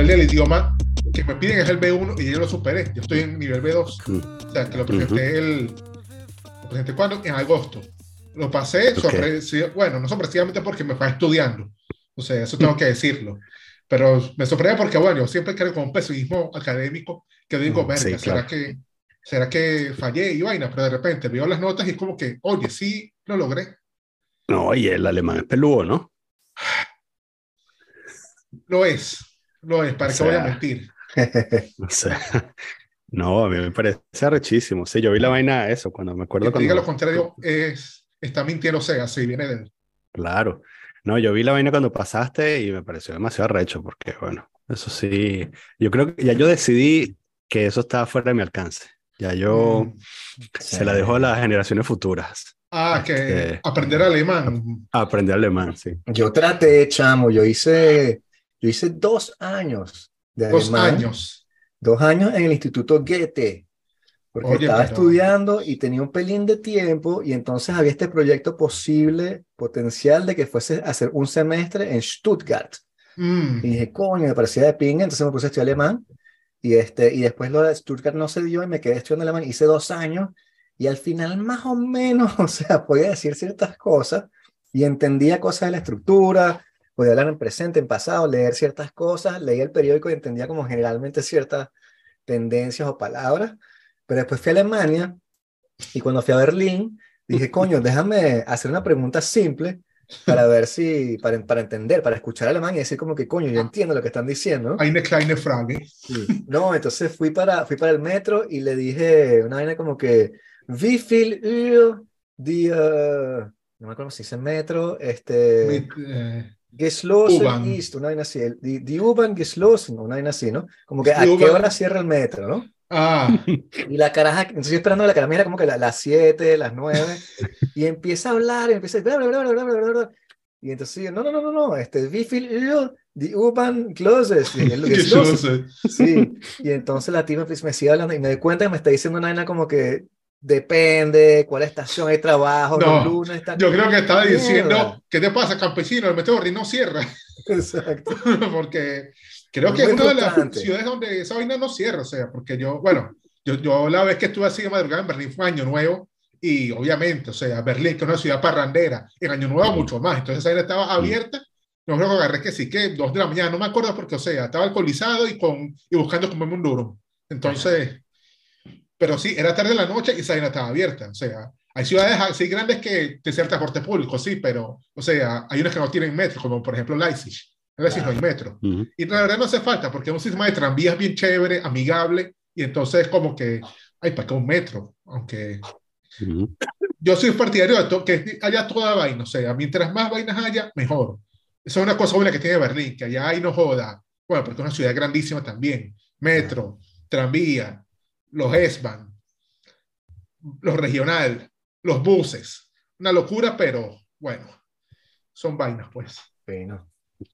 nivel del idioma que me piden es el B1 y yo lo superé. Yo estoy en nivel B2. O sea, que lo presenté cuando, en agosto. Lo pasé, bueno, no sorpresivamente porque me fue estudiando. O sea, eso tengo que decirlo. Pero me sorprende porque, bueno, yo siempre creo con un pesimismo académico que digo, verga, Sí, claro. ¿será que fallé y vaina? Pero de repente veo las notas y es como que, oye, sí, lo logré. No, y el alemán es peludo, ¿no? Lo es, O ¿para qué voy a sea, mentir? o sea, no, a mí me parece arrechísimo. Sí, yo vi la vaina de eso, cuando me acuerdo Quien te diga lo cuando, contrario está mintiendo, o sea, si viene de él. claro, no, yo vi la vaina cuando pasaste y me pareció demasiado arrecho, porque bueno, eso sí, yo creo que ya yo decidí que eso estaba fuera de mi alcance. Ya yo Mm. se la dejo a las Sí. generaciones futuras, Que este, aprender alemán. a aprender alemán, sí. Yo traté, chamo, yo hice 2 años de Dos alemán, años. 2 años en el Instituto Goethe, porque Oye, estaba pero estudiando y tenía un pelín de tiempo y entonces había este proyecto posible, potencial de que fuese a hacer un semestre en Stuttgart. Y mm, dije, coño, me parecía de pinga, entonces me puse a estudiar alemán y después lo de Stuttgart no se dio y me quedé estudiando alemán, hice 2 años y al final más o menos, o sea, podía decir ciertas cosas y entendía cosas de la estructura, podía hablar en presente, en pasado, leer ciertas cosas, leía el periódico y entendía como generalmente ciertas tendencias o palabras, pero después fui a Alemania y cuando fui a Berlín, dije, coño, déjame hacer una pregunta simple para ver si, para entender, para escuchar alemán y decir como que, coño, yo entiendo lo que están diciendo, ¿no? eine kleine Frage. Sí. No, entonces fui para el metro y le dije una vaina como que, wie viel Uhr die, no me acuerdo si dice metro, Mit geschlossen U-Bahn. ist, una vaina así, die U-Bahn geschlossen, una vaina así, ¿no? Como que Ist die a qué hora U-Bahn? cierra el metro, ¿no? Ah, Y la caraja, entonces yo esperando a la caraja, era como que las 7, las 9, y empieza a hablar, y empieza a bla, bla, bla, bla, bla, bla, bla, bla. Y entonces yo, no, no, no, no, no, wie viel Uhr die U-Bahn closes, y lo que es los, geschlossen. sí, y entonces la tipa pues, me sigue hablando y me doy cuenta que me está diciendo una vaina como que depende, cuál estación hay trabajo, los No, lunes están, yo creo que estaba mierda, diciendo, ¿qué te pasa, campesino? El metro no cierra. exacto, Porque creo fue que es muy una de las frustrante, ciudades donde esa vaina no cierra, o sea, porque yo la vez que estuve así de madrugada en Berlín fue Año Nuevo y obviamente, o sea, Berlín, que es una ciudad parrandera, en Año Nuevo mucho más, entonces esa vaina estaba abierta, no creo que agarré que sí, que 2 de la mañana, no me acuerdo porque, o sea, estaba alcoholizado y buscando comerme un duro. Entonces, pero sí, era tarde de la noche y esa vaina estaba abierta, o sea, hay ciudades así grandes que te cierran transporte público, sí, pero, o sea, hay unas que no tienen metro, como por ejemplo Leipzig. En Leipzig no hay claro, metro. Y la verdad no hace falta, porque es un sistema de tranvías bien chévere, amigable, y entonces como que, ay, ¿para qué un metro? Aunque yo soy partidario de que haya toda vaina, o sea, mientras más vainas haya, mejor. Esa es una cosa buena que tiene Berlín, que allá hay no joda, bueno, porque es una ciudad grandísima también. claro. Metro, tranvía, los S-Bahn, los regional, los buses. Una locura, pero bueno, son vainas, pues. Fino.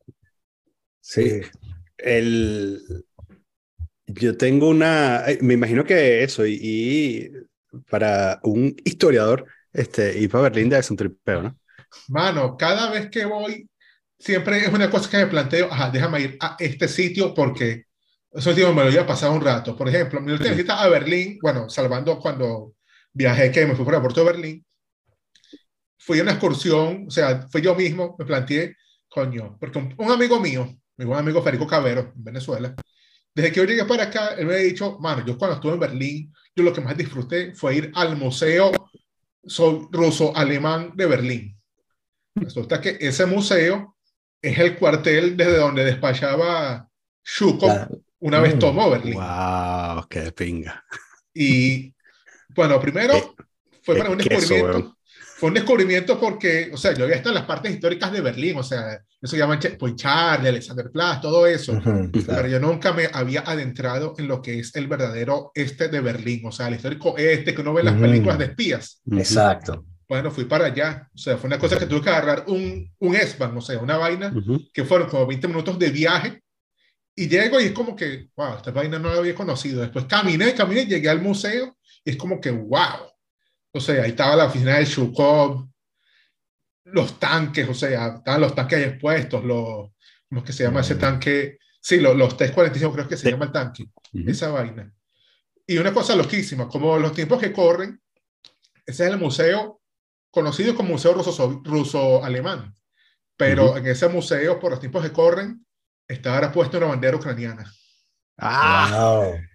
Sí, Sí, el, yo tengo me imagino que eso, y para un historiador, ir para Berlín debe ser un tripeo, ¿no? Mano, cada vez que voy, siempre es una cosa que me planteo, ajá, déjame ir a este sitio porque ese sitio me lo había pasado un rato. Por ejemplo, mi última visita a Berlín, bueno, salvando cuando viajé, que me fui por el aeropuerto de Berlín, fui a una excursión, o sea, fui yo mismo, me planteé, coño, porque un amigo mío, mi buen amigo Federico Cabero, en Venezuela, desde que yo llegué para acá, él me ha dicho, mano, yo cuando estuve en Berlín, yo lo que más disfruté fue ir al Museo Ruso-Alemán de Berlín. Resulta que ese museo es el cuartel desde donde despachaba Shukov la, una vez mm, tomó Berlín. Wow, qué pinga. Y bueno, Qué, primero fue para qué un queso, weón. descubrimiento. Fue un descubrimiento porque, o sea, yo había estado en las partes históricas de Berlín, o sea, eso se llaman Checkpoint Charlie, Alexanderplatz, todo eso, ujú, pero claro. yo nunca me había adentrado en lo que es el verdadero este de Berlín, o sea, el histórico este que uno ve en las películas de Ujú, espías. Ujú, exacto. Bueno, fui para allá. O sea, fue una cosa que tuve que agarrar un S-Bahn, o sea, una vaina ujú. que fueron como 20 minutos de viaje. Y llego y es como que, wow, esta vaina no la había conocido. Después caminé, llegué al museo y es como que, wow. O sea, ahí estaba la oficina de Shukov, los tanques, o sea, estaban los tanques ahí expuestos, ¿cómo es que se llama ese Mm, tanque? Sí, los T-45 creo que se Sí. llama el tanque, Ujú. esa vaina. Y una cosa loquísima, como los tiempos que corren, ese es el museo conocido como Museo Ruso-Alemán, pero Ujú. en ese museo, por los tiempos que corren, está ahora puesta una bandera ucraniana. ¡Ah! Wow.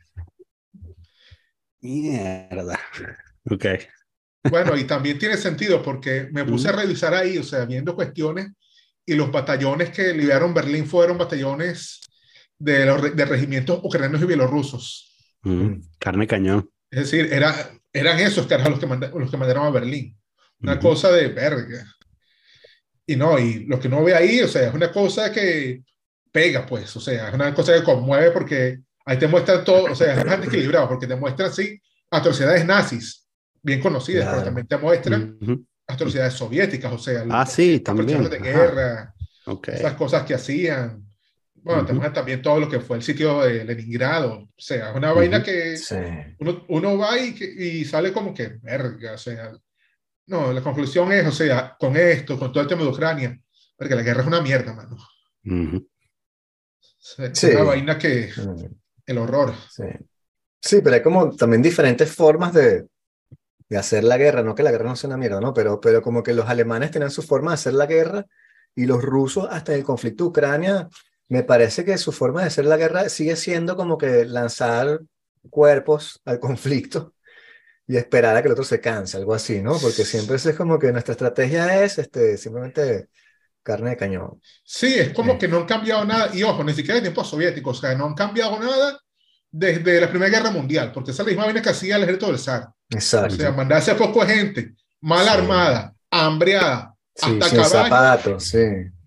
Mierda. Ok. Bueno, y también tiene sentido porque me puse a Ujú. revisar ahí, o sea, viendo cuestiones, y los batallones que liberaron Berlín fueron batallones de regimientos ucranianos y bielorrusos. Ujú. Mm. Carne cañón. Es decir, eran esos carajos los que mandaron a Berlín. Una Ujú. cosa de verga. Y no, y lo que uno ve ahí, o sea, es una cosa que pega, pues, o sea, es una cosa que conmueve porque ahí te muestran todo, o sea, es bastante equilibrado porque te muestran, sí, atrocidades nazis, bien conocidas, pero Claro. también te muestran Ujú. atrocidades soviéticas, o sea, Ah, sí, los prisioneros también. de Ajá. guerra, Ok. esas cosas que hacían. Bueno, te Ujú. muestran también todo lo que fue el sitio de Leningrado, o sea, es una vaina Ujú. que Sí. uno va y sale como que, verga, o sea, no, la conclusión es, o sea, con esto, con todo el tema de Ucrania, porque la guerra es una mierda, mano. Ujú. O sea, es una Sí. vaina que, Mm. el horror. Sí. Sí, pero hay como también diferentes formas de hacer la guerra, no que la guerra no sea una mierda, ¿no? Pero como que los alemanes tenían su forma de hacer la guerra y los rusos hasta en el conflicto de Ucrania, me parece que su forma de hacer la guerra sigue siendo como que lanzar cuerpos al conflicto y esperar a que el otro se canse, algo así, ¿no? Porque siempre es como que nuestra estrategia es simplemente carne de cañón. Sí, es como Eh, que no han cambiado nada, y ojo, ni siquiera en tiempos soviéticos, o sea, no han cambiado nada desde la Primera Guerra Mundial, porque esa es la misma vaina que hacía el ejército del zar. O sea, exacto. Ujú. mandarse a poco de gente, mal Sí, armada, hambreada, sí, hasta a sin caballo, zapatos, sí,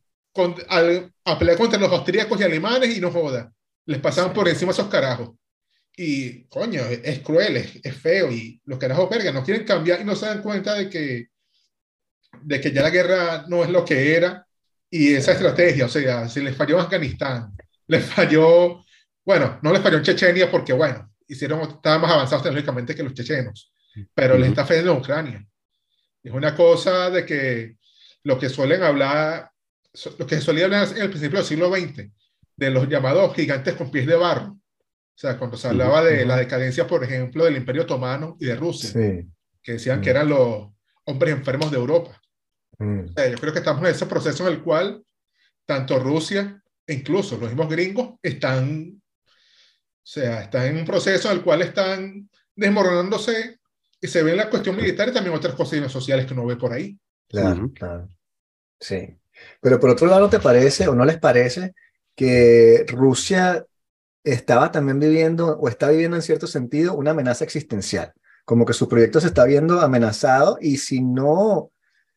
a pelear contra los austríacos y alemanes y no joda. Les sí, pasaban por encima esos carajos. Y coño, es cruel, es feo, y los carajos verga no quieren cambiar y no se dan cuenta de que ya la guerra no es lo que era y sí, esa estrategia, o sea, si les falló en Afganistán, les falló, bueno, no les falló en Chechenia porque, bueno, estaban más avanzados tecnológicamente que los chechenos, pero les Ujú. está fallando en Ucrania. Es una cosa de que lo que suelen hablar, lo que se solía hablar en el principio del siglo XX, de los llamados gigantes con pies de barro. O sea, cuando se Ujú. hablaba de la ujú, decadencia, por ejemplo, del Imperio Otomano y de Rusia, sí, que decían que mm, eran los hombres enfermos de Europa. mm, Yo creo que estamos en ese proceso en el cual tanto Rusia e incluso los mismos gringos están en un proceso en el cual están desmoronándose y se ve en la cuestión militar y también otras cuestiones sociales que uno ve por ahí. claro, Ujú. claro. Sí. Pero por otro lado, ¿no te parece o no les parece que Rusia estaba también viviendo o está viviendo en cierto sentido una amenaza existencial? Como que su proyecto se está viendo amenazado y si no,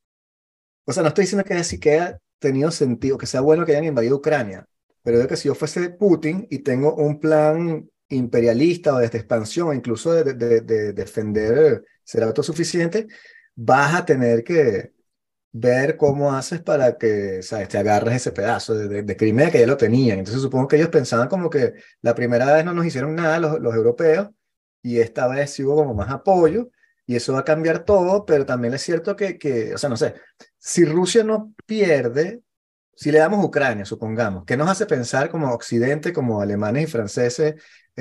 o sea, no estoy diciendo que así que haya tenido sentido, que sea bueno que hayan invadido Ucrania, pero de que si yo fuese Putin y tengo un plan imperialista o de expansión, o incluso de defender ser autosuficiente, vas a tener que ver cómo haces para que, ¿sabes? Te agarres ese pedazo de Crimea que ya lo tenían. Entonces supongo que ellos pensaban como que la primera vez no nos hicieron nada los europeos y esta vez sí hubo como más apoyo y eso va a cambiar todo, pero también es cierto o sea, no sé, si Rusia no pierde, si le damos Ucrania, supongamos, ¿qué nos hace pensar como Occidente, como alemanes y franceses,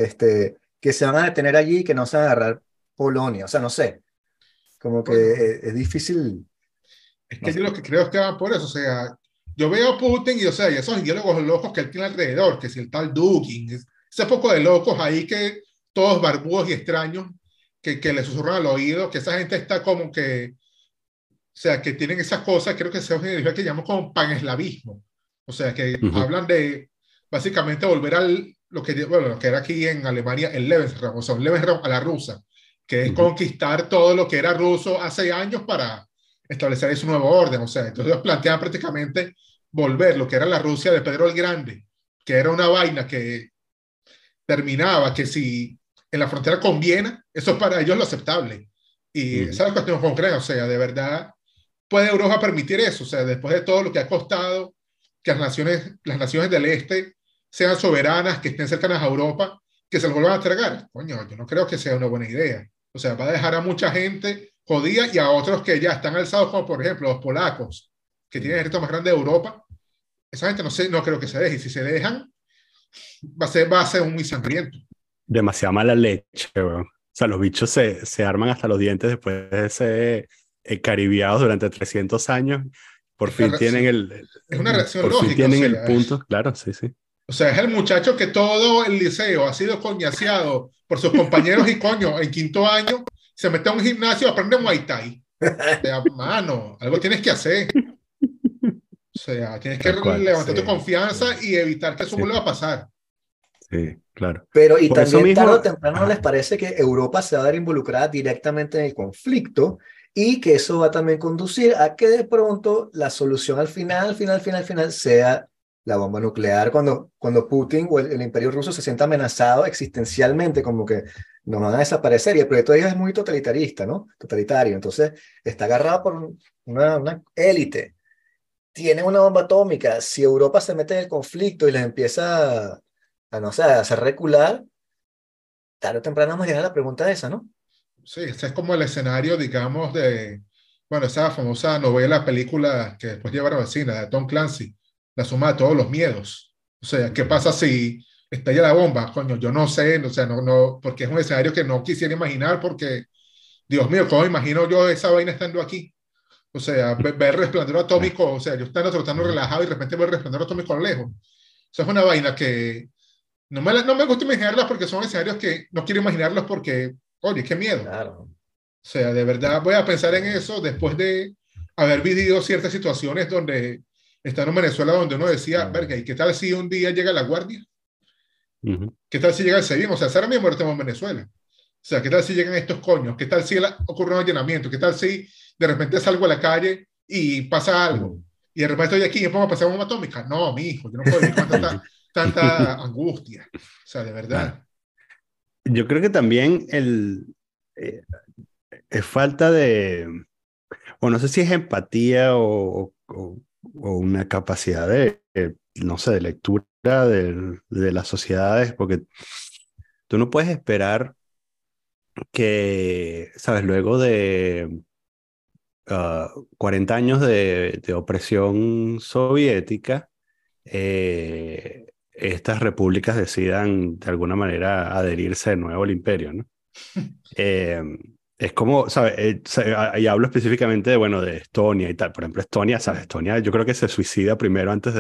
que se van a detener allí y que no se van a agarrar Polonia? O sea, no sé, como que Bueno, es difícil, es no que yo sé. lo que creo es que van por eso. O sea, yo veo a Putin y, o sea, y esos ideólogos locos que él tiene alrededor, que si el tal Dugin, ese poco de locos ahí que todos barbudos y extraños que le susurran al oído, que esa gente está como que, o sea, que tienen esas cosas, creo que se es que llamamos como paneslavismo. O sea, que Ujú. hablan de básicamente volver lo que era aquí en Alemania el Lebensraum, o sea, un Lebensraum a la rusa, que es Ujú. conquistar todo lo que era ruso hace años para establecer ese nuevo orden. O sea, entonces ellos plantean prácticamente volver lo que era la Rusia de Pedro el Grande, que era una vaina que terminaba que si en la frontera con Viena, eso es para ellos lo aceptable. Y esa Ujú. es la cuestión concreta, o sea, de verdad, ¿puede Europa permitir eso? O sea, después de todo lo que ha costado que las naciones del este sean soberanas, que estén cercanas a Europa, que se los vuelvan a tragar. Coño, yo no creo que sea una buena idea. O sea, va a dejar a mucha gente jodida y a otros que ya están alzados, como por ejemplo los polacos, que tienen el ejército más grande de Europa. Esa gente no sé, no creo que se deje. Y si se dejan, va a ser muy sangriento. Demasiada mala leche, weón. O sea, los bichos se arman hasta los dientes después de ser caribiados durante 300 años. Por Es, la fin tienen reacción, es una reacción por fin lógica, tienen el punto. Claro, sí, sí. o sea, es el muchacho que todo el liceo ha sido coñaseado por sus compañeros y coño, en quinto año se mete a un gimnasio a aprender Muay Thai. O sea, mano, algo tienes que hacer. O sea, tienes que Tal cual, levantar tu sí, confianza y evitar que eso sí, vuelva a pasar. sí, claro. Pero y Por eso también tarde o mismo, temprano ¿no les ajá, parece que Europa se va a ver involucrada directamente en el conflicto y que eso va a también conducir a que de pronto la solución al final sea la bomba nuclear cuando Putin o el imperio ruso se sienta amenazado existencialmente, como que nos van a desaparecer y el proyecto de ellos es muy totalitarista, ¿no? Totalitario, entonces está agarrado por una élite, tiene una bomba atómica, si Europa se mete en el conflicto y les empieza no sé, a hacer recular, tarde o temprano vamos a llegar a la pregunta esa, ¿no? Sí, ese es como el escenario, digamos, bueno, esa famosa novela, película que después llevaron al cine, de Tom Clancy, La suma de todos los miedos. O sea, ¿qué pasa si estalla la bomba? Coño, yo no sé, o sea, porque es un escenario que no quisiera imaginar, porque, Dios mío, ¿cómo imagino yo esa vaina estando aquí? O sea, ver el resplandor claro, atómico, o sea, yo estando tratando ujú, relajado y de repente ver el resplandor atómico a lo lejos. O sea, es una vaina que no me gusta imaginarlas porque son escenarios que no quiero imaginarlos porque, oye, qué miedo. Claro. O sea, de verdad voy a pensar en eso después de haber vivido ciertas situaciones donde estando en Venezuela, donde uno decía, verga, ¿y qué tal si un día llega la guardia? ujú. ¿Qué tal si llega el SEBIN? O sea, ahora mismo estamos en Venezuela. O sea, ¿qué tal si llegan estos coños? ¿Qué tal si ocurre un allanamiento? ¿Qué tal si de repente salgo a la calle y pasa algo? Mm. Y de repente estoy aquí y me pongo a pasar bomba atómica. No, mi hijo, yo no puedo vivir con tanta angustia. O sea, de Claro. verdad. Yo creo que también eh, es falta de, o no sé si es empatía o una capacidad no sé, de lectura de las sociedades, porque tú no puedes esperar que, sabes, luego de 40 años de opresión soviética, estas repúblicas decidan de alguna manera adherirse de nuevo al imperio, ¿no? Eh, es como, ¿sabes? Y hablo específicamente de, bueno, de Estonia y tal. Por ejemplo, Estonia, ¿sabes? Estonia yo creo que se suicida primero antes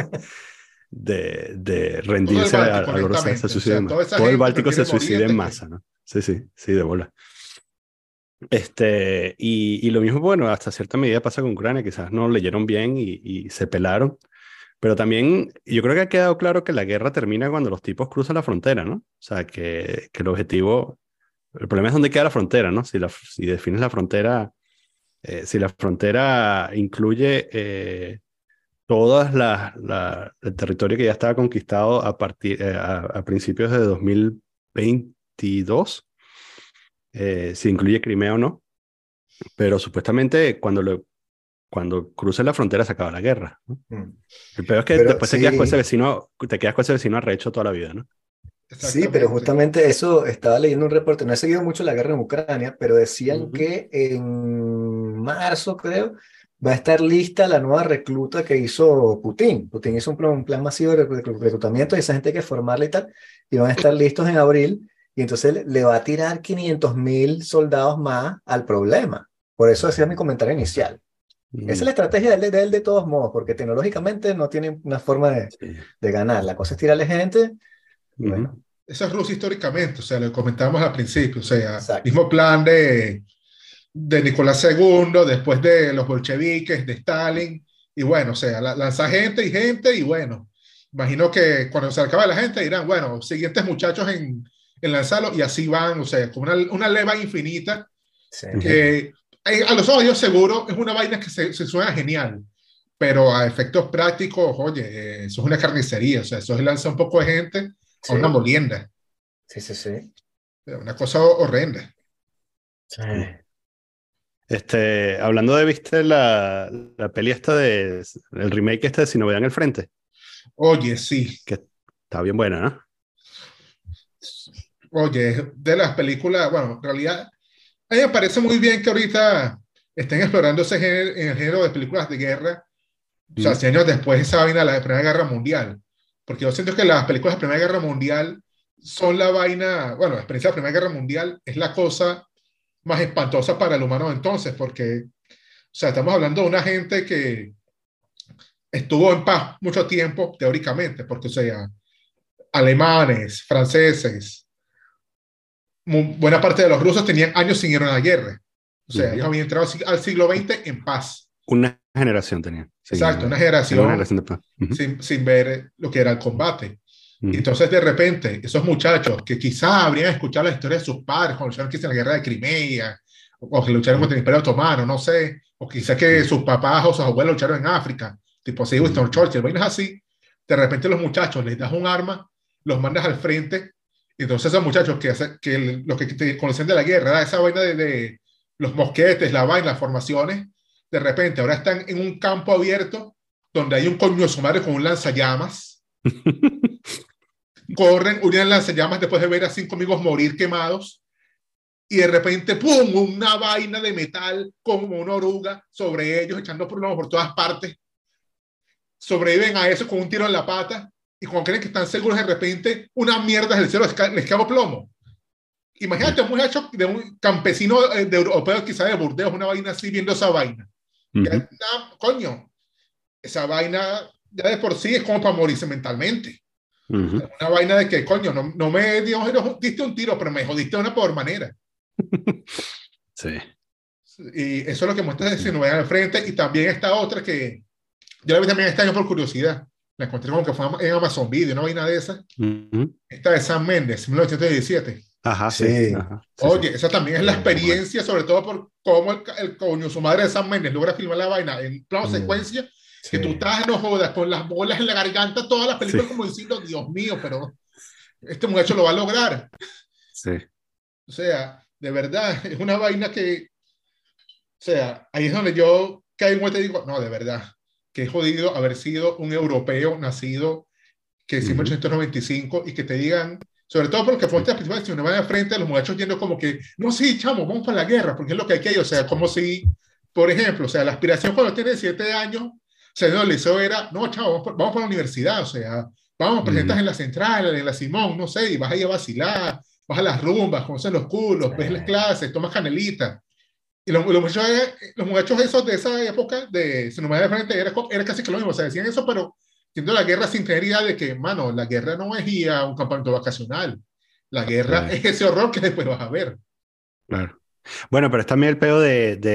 de Todo el rendirse Báltico, a los se honestamente. O suicida en sea, masa. toda esa Todo el gente Báltico prefiere se morir suicida en antes que... masa, ¿no? Sí, sí, sí, de bola. Y lo mismo, bueno, hasta cierta medida pasa con Ucrania, quizás no leyeron bien y se pelaron, pero también yo creo que ha quedado claro que la guerra termina cuando los tipos cruzan la frontera, ¿no? O sea, que el objetivo, el problema es dónde queda la frontera, ¿no? Si defines la frontera, si la frontera incluye todas el territorio que ya estaba conquistado a principios de 2022, si incluye Crimea o no, pero supuestamente cuando cruces la frontera se acaba la guerra, ¿no? Mm. El peor es que Pero después sí, te quedas con ese vecino arrecho toda la vida, ¿no? sí, pero Exactamente. justamente eso estaba leyendo un reporte, no he seguido mucho la guerra en Ucrania, pero decían Ujú. que en marzo, creo, va a estar lista la nueva recluta que hizo Putin. Putin hizo un plan masivo de reclutamiento y esa gente hay que formarla y tal, y van a estar listos en abril, y entonces le va a tirar 500.000 soldados más al problema. Por eso hacía mi comentario inicial. Esa es Mm, la estrategia de él de todos modos, porque tecnológicamente no tiene una forma sí. de ganar. La cosa es tirarle gente, y Ujú. bueno, Eso es Rusia históricamente, o sea, lo comentábamos al principio, o sea, exacto. mismo plan de Nicolás II, después de los bolcheviques, de Stalin, y bueno, o sea, lanza gente, y bueno, imagino que cuando se acaba la gente dirán, bueno, siguientes muchachos en lanzarlo, y así van, o sea, como una leva infinita, Sí. Ujú. que a los ojos yo seguro es una vaina que se suena genial, pero a efectos prácticos, oye, eso es una carnicería, o sea, eso es lanza un poco de gente a una Sí, molienda, sí, sí, sí. una cosa horrenda. Sí. Hablando de, viste, la peli esta el remake este de Si no vean el frente, Oye, sí. que está bien buena, ¿no? Oye, de las películas, bueno, en realidad, a mí me parece muy bien que ahorita estén explorando ese género, en el género de películas de guerra, o sea, Mm, 100 años después de esa vaina de la Primera Guerra Mundial. porque yo siento que las películas de la Primera Guerra Mundial son la vaina, bueno, la experiencia de la Primera Guerra Mundial es la cosa más espantosa para el humano entonces, porque, o sea, estamos hablando de una gente que estuvo en paz mucho tiempo, teóricamente, porque, o sea, alemanes, franceses, buena parte de los rusos tenían años sin ir a una guerra. O sea, ellos habían entrado al siglo XX en paz. Una generación tenían. Exacto, una Una generación generación de paz. sin ver lo que era el combate. Y entonces, de repente, esos muchachos que quizás habrían escuchado la historia de sus padres cuando lucharon quizás en la guerra de Crimea, o que lucharon contra el Imperio Otomano, no sé, o quizás que sus papás o sus abuelos lucharon en África, tipo así, Winston Churchill, vainas así, de repente los muchachos les das un arma, los mandas al frente, y entonces esos muchachos que los que te conocen de la guerra, era esa vaina de los mosquetes, la vaina, las formaciones, de repente ahora están en un campo abierto donde hay un coño de su madre con un lanzallamas, corren, unen lanzallamas después de ver a 5 amigos morir quemados, y de repente, ¡pum!, una vaina de metal como una oruga sobre ellos, echando por todas partes. Sobreviven a eso con un tiro en la pata, y cuando creen que están seguros, de repente, una mierda del cielo les cae plomo. Imagínate un muchacho de un campesino de europeo, quizás de Burdeos, una vaina así, viendo esa vaina. Ya, coño, esa vaina ya de por sí es como para morirse mentalmente. Una vaina de que, coño, no me diste un tiro, pero me jodiste de una peor manera. Sí. Y eso es lo que muestras diciendo, vayan al frente. Y también esta otra que yo la vi también este año por curiosidad. La encontré como que fue en Amazon Video, una vaina de esa. Esta de Sam Mendes, 1917. Ajá, sí. Ajá, sí, Oye, sí. esa también es la experiencia, sobre todo por cómo el coño, su madre de Sam Mendes logra filmar la vaina en plano secuencia, que tú estás, no jodas, con las bolas en la garganta, todas las películas como diciendo, Dios mío, pero este muchacho lo va a lograr. Sí. O sea, de verdad, es una vaina que, o sea, ahí es donde yo caigo y te digo, no, de verdad, que he jodido haber sido un europeo nacido que es 1895 y que te digan, sobre todo porque fue esta principal, si uno va de frente a los muchachos yendo como que, no, sí, chamo, vamos para la guerra, porque es lo que hay que ir, o sea, como si, por ejemplo, o sea, la aspiración cuando tienes 7 años, o sea, no, el liceo era, no, chamo, vamos para la universidad, o sea, vamos, presentas en la central, en la Simón, no sé, y vas ahí a vacilar, vas a las rumbas, conoces los culos, ves las clases, tomas canelita. Y los muchachos esos de esa época, de se de frente, era casi que lo mismo, o sea, decían eso, pero siendo la guerra sin tener idea de que, mano, la guerra no es ir a un campamento vacacional. La guerra es ese horror que después vas a ver. Claro. Bueno, pero es también el pedo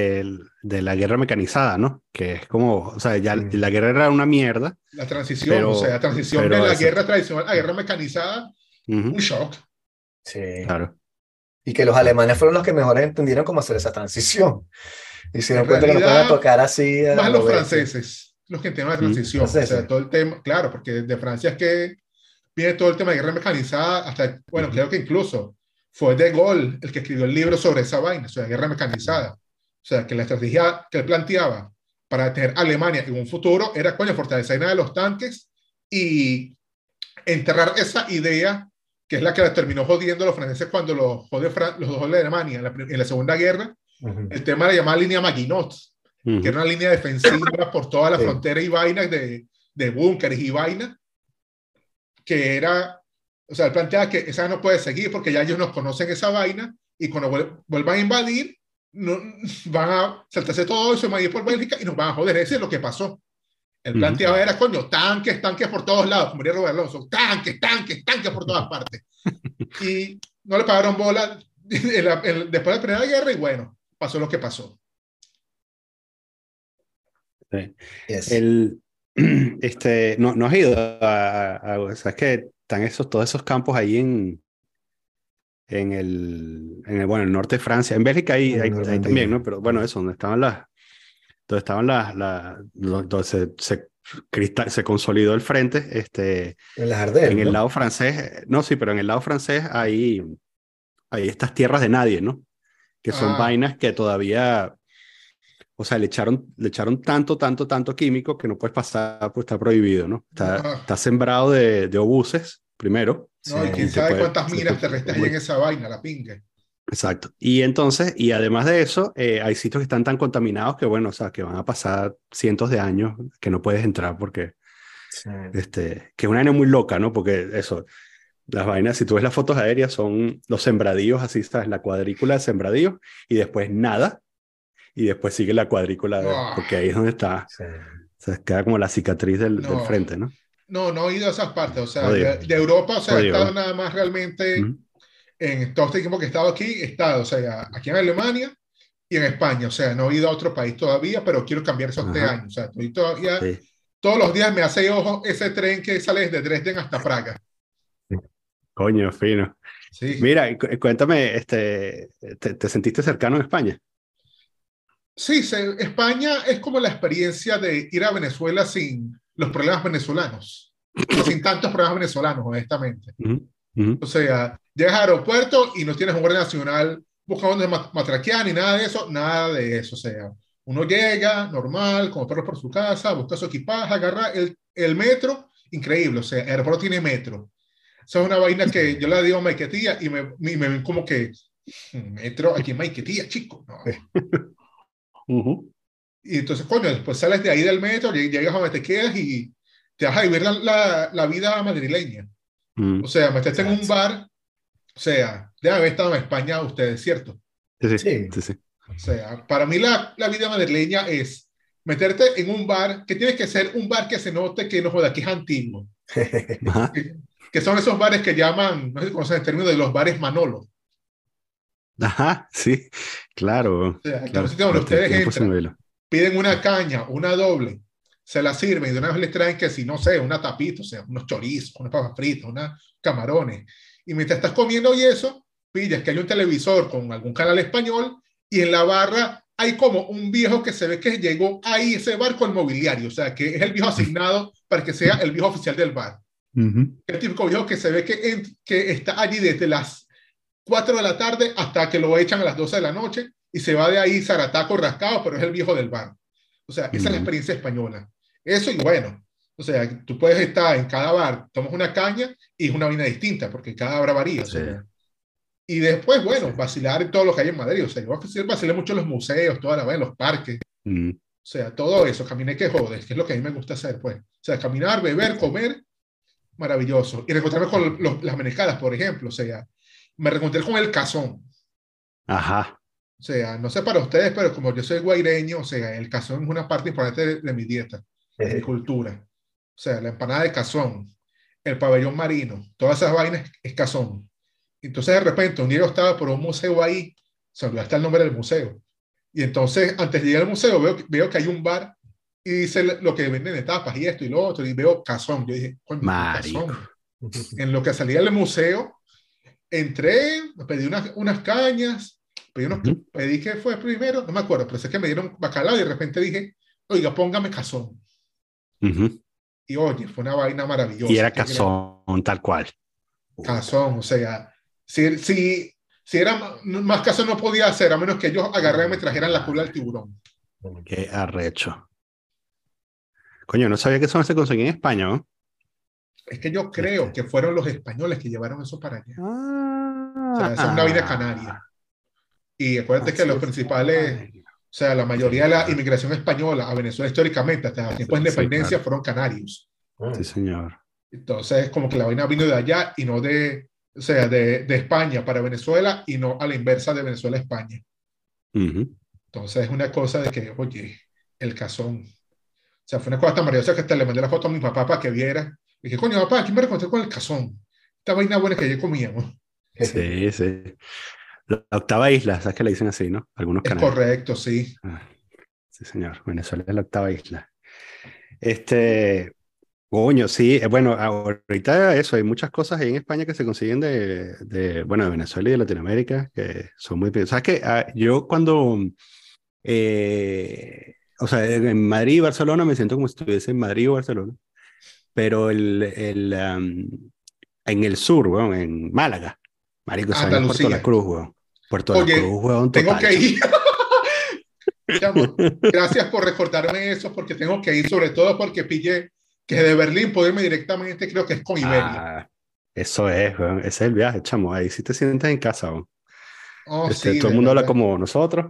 de la guerra mecanizada, ¿no? Que es como, o sea, ya la guerra era una mierda. La transición, o sea, la transición de la guerra tradicional a la guerra mecanizada, un shock. Sí. Claro. Y que los alemanes fueron los que mejor entendieron cómo hacer esa transición. Y se dieron cuenta que no pueden tocar así. Más los franceses, los que entienden la transición. O sea, todo el tema, claro, porque de Francia es que viene todo el tema de guerra mecanizada, hasta, bueno, creo que incluso fue De Gaulle el que escribió el libro sobre esa vaina, sobre la guerra mecanizada. O sea, que la estrategia que él planteaba para tener Alemania en un futuro era, coño, fortalecer de los tanques y enterrar esa idea, que es la que la terminó jodiendo a los franceses cuando los jode de Alemania en la Segunda Guerra. El tema de la llamada línea Maginot, que era una línea defensiva por toda la frontera y vainas de búnkeres y vainas, que era, o sea, él plantea que esa no puede seguir porque ya ellos nos conocen esa vaina y cuando vuelvan a invadir, no, van a saltarse todo eso, van a ir por Bélgica y nos van a joder. Ese es lo que pasó. El planteado era, coño, tanques por todos lados, como diría Robert Alonso, tanques por todas partes. Y no le pagaron bola después de la Primera Guerra y bueno, pasó lo que pasó. Sí. Yes. No has ido o sea, es que están todos esos campos ahí en el norte de Francia. En Bélgica hay también, ¿no? Pero bueno, eso, donde estaban donde se consolidó el frente, en las Ardenas, en el ¿no? lado francés, no, sí, pero en el lado francés hay estas tierras de nadie, ¿no? Que son vainas que todavía, o sea, le echaron tanto químico que no puedes pasar, pues está prohibido, ¿no? Está sembrado de obuses, primero. No, y quién sabe cuántas minas terrestres hay en esa vaina, la pingue. Exacto. Y entonces, y además de eso, hay sitios que están tan contaminados que, bueno, o sea, que van a pasar cientos de años que no puedes entrar porque Sí. Que es una vaina muy loca, ¿no? Porque eso, las vainas, si tú ves las fotos aéreas, son los sembradíos, así, ¿sabes? La cuadrícula de sembradíos, y después nada, y después sigue la cuadrícula, Ah, porque ahí es donde está, Sí. o sea, queda como la cicatriz del no, frente, ¿no? no he ido a esas partes, o sea, Jodido, de Europa, o sea, he estado jodido. nada más realmente Ujú. en todo este tiempo que he estado aquí, he estado, o sea, aquí en Alemania y en España, o sea, no he ido a otro país todavía, pero quiero cambiar esos este Ajá, año, o sea, estoy todavía, sí. todos los días me hace ojo ese tren que sale desde Dresden hasta Praga. Coño, fino. Sí, Mira, cuéntame, ¿te sentiste cercano en España? sí, España es como la experiencia de ir a Venezuela sin los problemas venezolanos, o sea, sin tantos problemas venezolanos, honestamente. Ujú, ujú, O sea, llegas al aeropuerto y no tienes un guardia nacional buscando donde matraquear ni nada de eso, nada de eso. O sea, uno llega normal, como perro por su casa, busca su equipaje, agarra el metro, increíble. O sea, el aeropuerto tiene metro. Esa es una vaina que yo le digo a Maiquetía y me ven como que metro aquí en Maiquetía, chico. No. ujú, Y entonces, coño, después sales de ahí del metro, llegas a donde te quedas y te vas a vivir la vida madrileña. O ujú. sea, meterte en un Exacto. bar. O sea, debe haber estado en España ustedes, ¿cierto? Sí, sí, Sí. sí, sí. O sea, para mí la vida madrileña es meterte en un bar que tiene que ser un bar que se note que no joda, que es antiguo. Ajá, Que, que son esos bares que llaman, no sé si conocen el término de los bares Manolo. O ajá, sí, claro, sea, que es un claro. sitio donde ustedes Tiempo sin entran, verlo. piden una caña, una doble, se la sirven y de una vez les traen que si no sé, una tapita, o sea, unos chorizos, unas papas fritas, unos camarones. Y mientras estás comiendo y eso, pillas que hay un televisor con algún canal español y en la barra hay como un viejo que se ve que llegó ahí ese bar con mobiliario, o sea, que es el viejo asignado para que sea el viejo oficial del bar. Ujú, El típico viejo que se ve que está allí desde las 4 de la tarde hasta que lo echan a las 12 de la noche y se va de ahí zarataco rascado, pero es el viejo del bar. O sea, esa es la ujú. experiencia española. Eso y bueno, o sea, tú puedes estar en cada bar, tomas una caña y es una vaina distinta, porque cada bar varía, o Sí, sea. Y después, sí. bueno, vacilar en todo lo que hay en Madrid. O sea, yo vacilé mucho en los museos, toda la vaina, en los parques. Mm, O sea, todo eso, caminé que jodes, que es lo que a mí me gusta hacer, pues. O sea, caminar, beber, comer, maravilloso. Y reencontrarme con las menescadas, por ejemplo. O sea, me reencontré con el cazón. ajá. O sea, no sé para ustedes, pero como yo soy guaireño, o sea, el cazón es una parte importante de mi dieta, de mi cultura. O sea, la empanada de cazón, el pabellón marino, todas esas vainas es cazón. Entonces, de repente, un día yo estaba por un museo ahí, se me olvidó hasta el nombre del museo. Y entonces, antes de llegar al museo, veo que hay un bar y dice lo que venden de tapas y esto y lo otro, y veo cazón. Yo dije, coño, un Marico. cazón. En lo que salía del museo, entré, pedí unas cañas, Ujú, pedí que fue primero, no me acuerdo, pero sé que me dieron bacalao y de repente dije, oiga, póngame cazón. ujú. Y oye, fue una vaina Y maravillosa, era qué gran cazón tal cual. cazón, o sea, si era más cazón no podía hacer, a menos que ellos agarraran y me trajeran la cola del Madre, tiburón. qué arrecho. Coño, no sabía que eso no se conseguía en España, ¿no? Es que yo creo Este. que fueron los españoles que llevaron eso para allá. O sea, esa es una vaina canaria. Ah, Y acuérdate que los así fue la principales, o vaina. sea, la Sí, mayoría de la claro. inmigración española a Venezuela históricamente, hasta tiempos de Sí, independencia, claro. fueron canarios. Sí, señor. Entonces, como que la vaina vino de allá y no o sea, de España para Venezuela y no a la inversa de Venezuela a España. Ujú. Entonces, es una cosa de que, oye, el cazón. O sea, fue una cosa tan maravillosa que hasta le mandé la foto a mi papá para que viera. Y dije, coño, papá, aquí me encontré con el cazón. Esta vaina buena que ayer comíamos. Sí, sí. La octava isla, ¿sabes que le dicen así, no? Algunos Es canales. correcto, sí. Ah, sí, señor. Venezuela es la octava isla. Este, coño, sí. Bueno, ahorita eso, hay muchas cosas ahí en España que se consiguen bueno, de Venezuela y de Latinoamérica que son muy... ¿Sabes qué? Yo cuando, o sea, en Madrid y Barcelona me siento como si estuviese en Madrid o Barcelona, pero en el sur, weón, en Málaga. Marico, esa vaina es Puerto La Andalucía. Cruz, weón. Puerto La Oye, Cruz, weón, tengo total, que chamo. ir. Chamo, gracias por recordarme eso, porque tengo que ir, sobre todo porque pillé que de Berlín puedo irme directamente, creo que es con Iberia. Ah, eso es, weón. Ese es el viaje, chamo. Ahí sí te sientes en casa, weón. Oh, sí, Todo el de mundo habla verdad. como nosotros,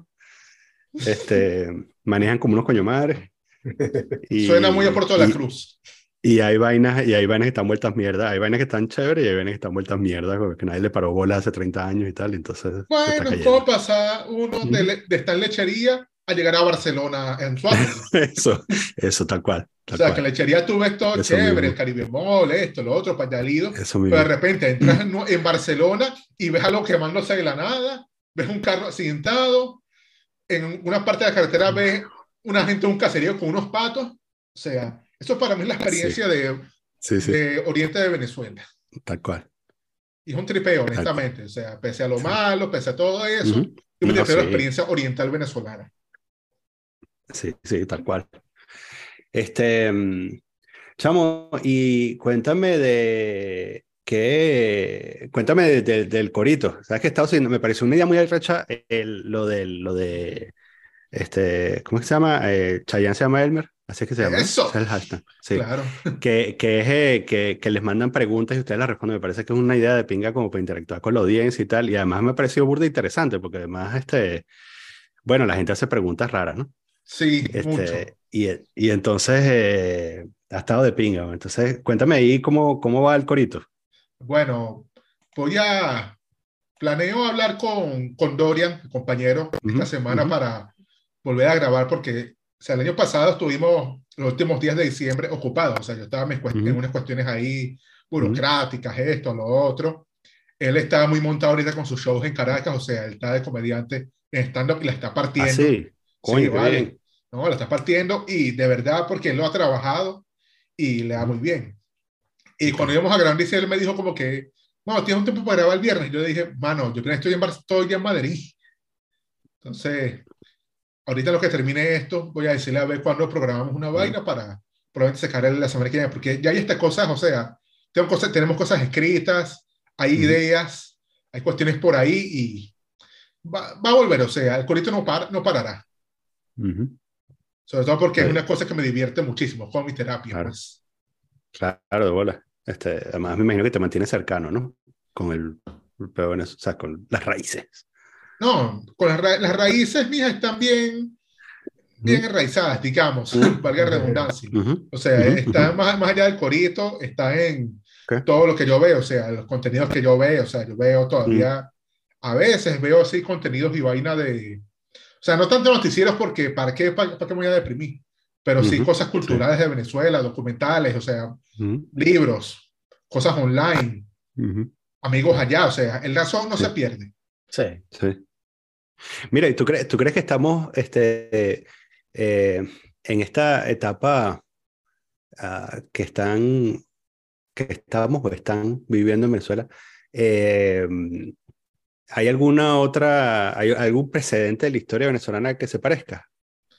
manejan como unos coño madres Suena muy a y, Puerto de la y, Cruz. Y hay vainas que están vueltas mierda, hay vainas que están chéveres y hay vainas que están vueltas mierda, porque nadie le paró bola hace 30 años y tal, y entonces se está Bueno, es como cayendo. pasar uno Ujú. de estar en lechería a llegar a Barcelona en su autobús. Eso, tal cual, O tal sea, que en cual. lechería tú ves todo Eso chévere, el mismo, Caribe Mall, esto, lo otro, Pañalido, eso pero de mismo. repente entras en Barcelona y ves algo quemándose de la nada, ves un carro accidentado, en una parte de la carretera ves una gente en un caserío con unos patos. O sea, eso para mí es la Sí, experiencia sí, sí, de Oriente de Venezuela. tal cual, Y es un tripeo, tal cual. honestamente. O sea, pese a lo Sí. malo, pese a todo eso, Ujú. yo me No, refiero a la sí, experiencia oriental venezolana. sí, sí, tal cual. Este, chamo, y cuéntame del corito. ¿Sabes que Estados Unidos me pareció una idea muy arrecha ¿cómo es que se llama? Chayanne se llama Elmer, así es que se llama, ¿no? Eso, Ese es el hashtag, sí. claro. Que les mandan preguntas y ustedes las responden. Me parece que es una idea de pinga como para interactuar con la audiencia y tal. Y además me ha parecido burda interesante porque además, bueno, la gente hace preguntas raras, ¿no? Sí, mucho. Y entonces ha estado de pinga, ¿no? Entonces, cuéntame ahí cómo va el corito. Bueno, voy a planeo hablar con Dorian, mi compañero, Ujú, esta semana ujú, para volver a grabar porque, o sea, el año pasado estuvimos los últimos días de diciembre ocupados. O sea, yo estaba en ujú, unas cuestiones ahí ujú. burocráticas, esto, lo otro. Él está muy montado ahorita con sus shows en Caracas, o sea, él está de comediante en stand-up y la está Ah, partiendo. sí, Sí, coño, qué vale. bien. No, la está partiendo y de verdad porque él lo ha trabajado y le da Ujú, muy bien. Y ok, cuando íbamos a grabar, dice, él me dijo como que, bueno, tienes un tiempo para grabar el viernes. Y yo le dije, mano, yo creo que estoy en Madrid. Entonces, ahorita lo que termine esto, voy a decirle a ver cuándo programamos una ujú, vaina para probablemente sacar la semana que viene, porque ya hay estas cosas, o sea, tenemos cosas escritas, hay ujú, ideas, hay cuestiones por ahí y va a volver, o sea, el corito no parará, ujú. sobre todo porque Está es bien, una cosa que me divierte muchísimo, con mi terapia, claro. pues. Claro, de bola. Además me imagino que te mantiene cercano, ¿no? Con pero bueno, o sea, con las raíces. No, con las raíces mías están bien Ujú, enraizadas, digamos, ujú, valga la redundancia. ujú, O sea, ujú, ujú. está más allá del corito, está en Ok. todo lo que yo veo, o sea, los contenidos que yo veo, o sea, yo veo Mm, todavía, a veces veo así contenidos y vaina o sea, no tanto noticieros porque ¿para qué me voy a deprimir? Pero sí ujú, cosas sí, culturales de Venezuela, documentales, o sea, ujú, libros, cosas online, ujú, amigos allá, o sea, el razón no se sí, pierde. Sí. sí. Mira, ¿y tú crees que estamos en esta etapa que estamos o están viviendo en Venezuela? eh, ¿Hay algún precedente de la historia venezolana que se parezca?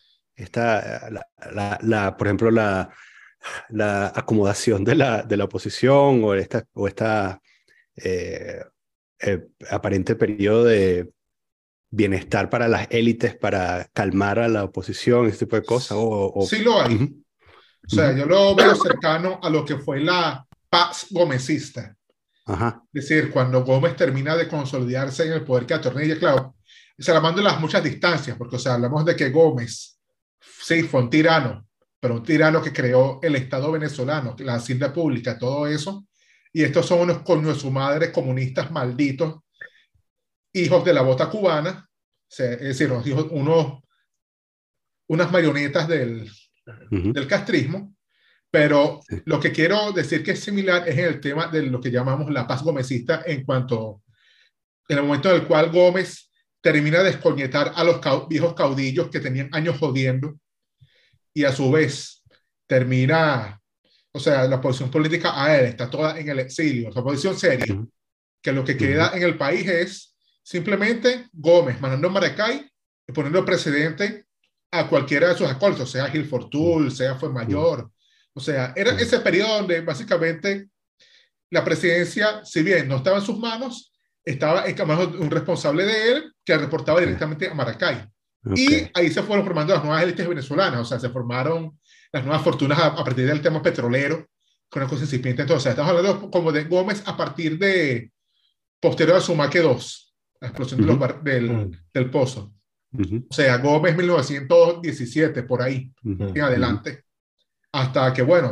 Por ejemplo, la acomodación de la oposición o esta eh, aparente periodo de bienestar para las élites para calmar a la oposición, ese tipo de cosas. Sí lo hay. Ujú, O sea, ujú, yo lo veo cercano a lo que fue la paz gomecista. ajá, Es decir, cuando Gómez termina de consolidarse en el poder que atornilla, claro, salvando las muchas distancias, porque, o sea, hablamos de que Gómez, sí, fue un tirano, pero un tirano que creó el Estado venezolano, la hacienda pública, todo eso, y estos son unos coños de su madre comunistas malditos, hijos de la bota cubana, o sea, es decir, unas marionetas ujú, del castrismo, pero sí, lo que quiero decir que es similar es en el tema de lo que llamamos la paz gomecista en cuanto en el momento en el cual Gómez termina de descoñetar a los viejos caudillos que tenían años jodiendo y a su vez termina, o sea, la posición política a él está toda en el exilio, la posición seria, ujú, que lo que ujú, queda en el país es simplemente Gómez mandando a Maracay y poniendo precedente a cualquiera de sus acólitos, sea Gil ujú, Fortul, sea ujú, Fuenmayor. O sea, era ujú, ese periodo donde básicamente la presidencia, si bien no estaba en sus manos, estaba en manos de un responsable de él que reportaba sí, directamente a Maracay. ok, Y ahí se fueron formando las nuevas élites venezolanas, o sea, se formaron las nuevas fortunas a partir del tema petrolero, con una cosa incipiente. Entonces, o sea, estamos hablando como de Gómez a partir de posterior a Sumaque 2, la explosión de ujú, del pozo. ujú, O sea, Gómez 1917, por ahí, Mm, en ujú, adelante. Hasta que, bueno,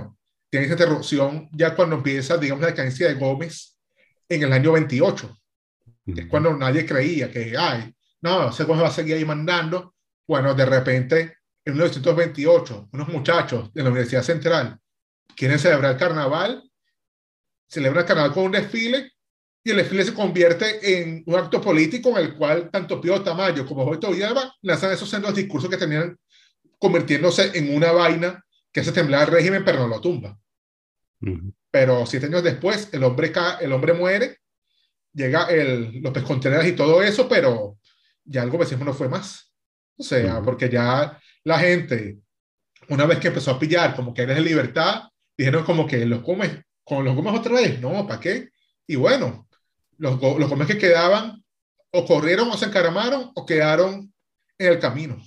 tiene esa interrupción ya cuando empieza, digamos, la decadencia de Gómez en el año 28, que es cuando nadie creía que, ay, no, ese Gómez va a seguir ahí mandando. Bueno, de repente, en 1928, unos muchachos de la Universidad Central quieren celebrar el carnaval, celebran el carnaval con un desfile, y el desfile se convierte en un acto político en el cual tanto Pío Tamayo como Jorge Villalba lanzan esos sendos discursos que tenían convirtiéndose en una vaina que hace temblar al régimen, pero no lo tumba. Pero 7 años después, el hombre muere, llega López Contreras y todo eso, pero ya el gobernismo no fue más. O sea, porque ya la gente, una vez que empezó a pillar como que eres de libertad, dijeron como que con los Gómez otra vez, no, ¿para qué? Y bueno, los Gómez que quedaban o corrieron o se encaramaron o quedaron en el camino.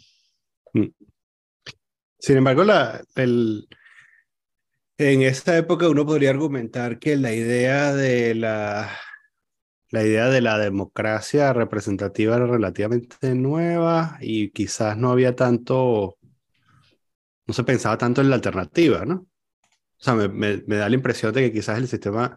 Sin embargo, en esta época uno podría argumentar que la idea de la democracia representativa era relativamente nueva y quizás no se pensaba tanto en la alternativa, ¿no? O sea, me da la impresión de que quizás el sistema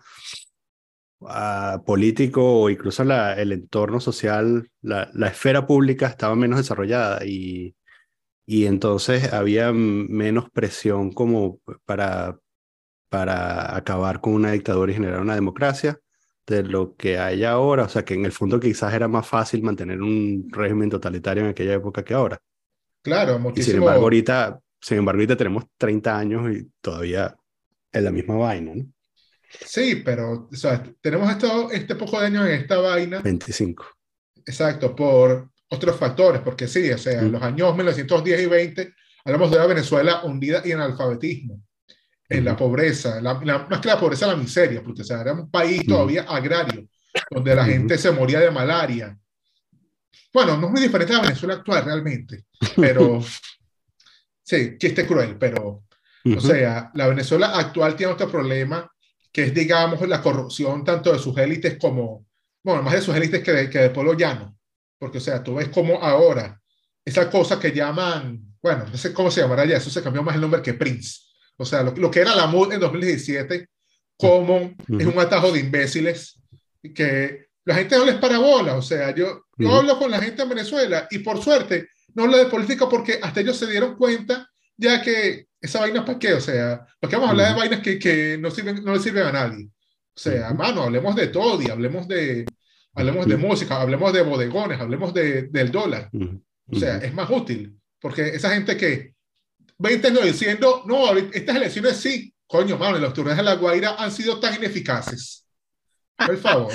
político o incluso el entorno social, la esfera pública estaba menos desarrollada y entonces había menos presión como para acabar con una dictadura y generar una democracia de lo que hay ahora. O sea, que en el fondo quizás era más fácil mantener un régimen totalitario en aquella época que ahora. Claro, Y muchísimo. sin embargo, ahorita tenemos 30 años y todavía es la misma vaina, ¿no? Sí, pero o sea, tenemos este poco de años en esta vaina. 25. Exacto, por otros factores, porque sí, o sea, en los años 1910 y 20 hablamos de una Venezuela hundida y en alfabetismo, en la pobreza, más que la pobreza, la miseria, porque o sea, era un país todavía agrario, donde la gente se moría de malaria. Bueno, no es muy diferente a la Venezuela actual realmente, pero sí, chiste cruel, pero o sea, la Venezuela actual tiene otro problema, que es, digamos, la corrupción tanto de sus élites como, bueno, más de sus élites que del pueblo llano. Porque, o sea, tú ves como ahora, esa cosa que llaman, bueno, no sé cómo se llamará ya, eso se cambió más el nombre que Prince. O sea, lo que era la MUD en 2017, como es un atajo de imbéciles que la gente no les para bola. O sea, yo hablo con la gente en Venezuela y por suerte no hablo de política porque hasta ellos se dieron cuenta ya que esa vaina para qué, o sea, ¿para qué vamos a hablar de vainas que no le sirven a nadie? O sea, mano, hablemos de todo y hablemos de música, hablemos de bodegones, hablemos del dólar. O sea, es más útil, porque esa gente que 20 años diciendo, no, estas elecciones sí, coño, mano, los turnos de La Guaira han sido tan ineficaces. Por favor.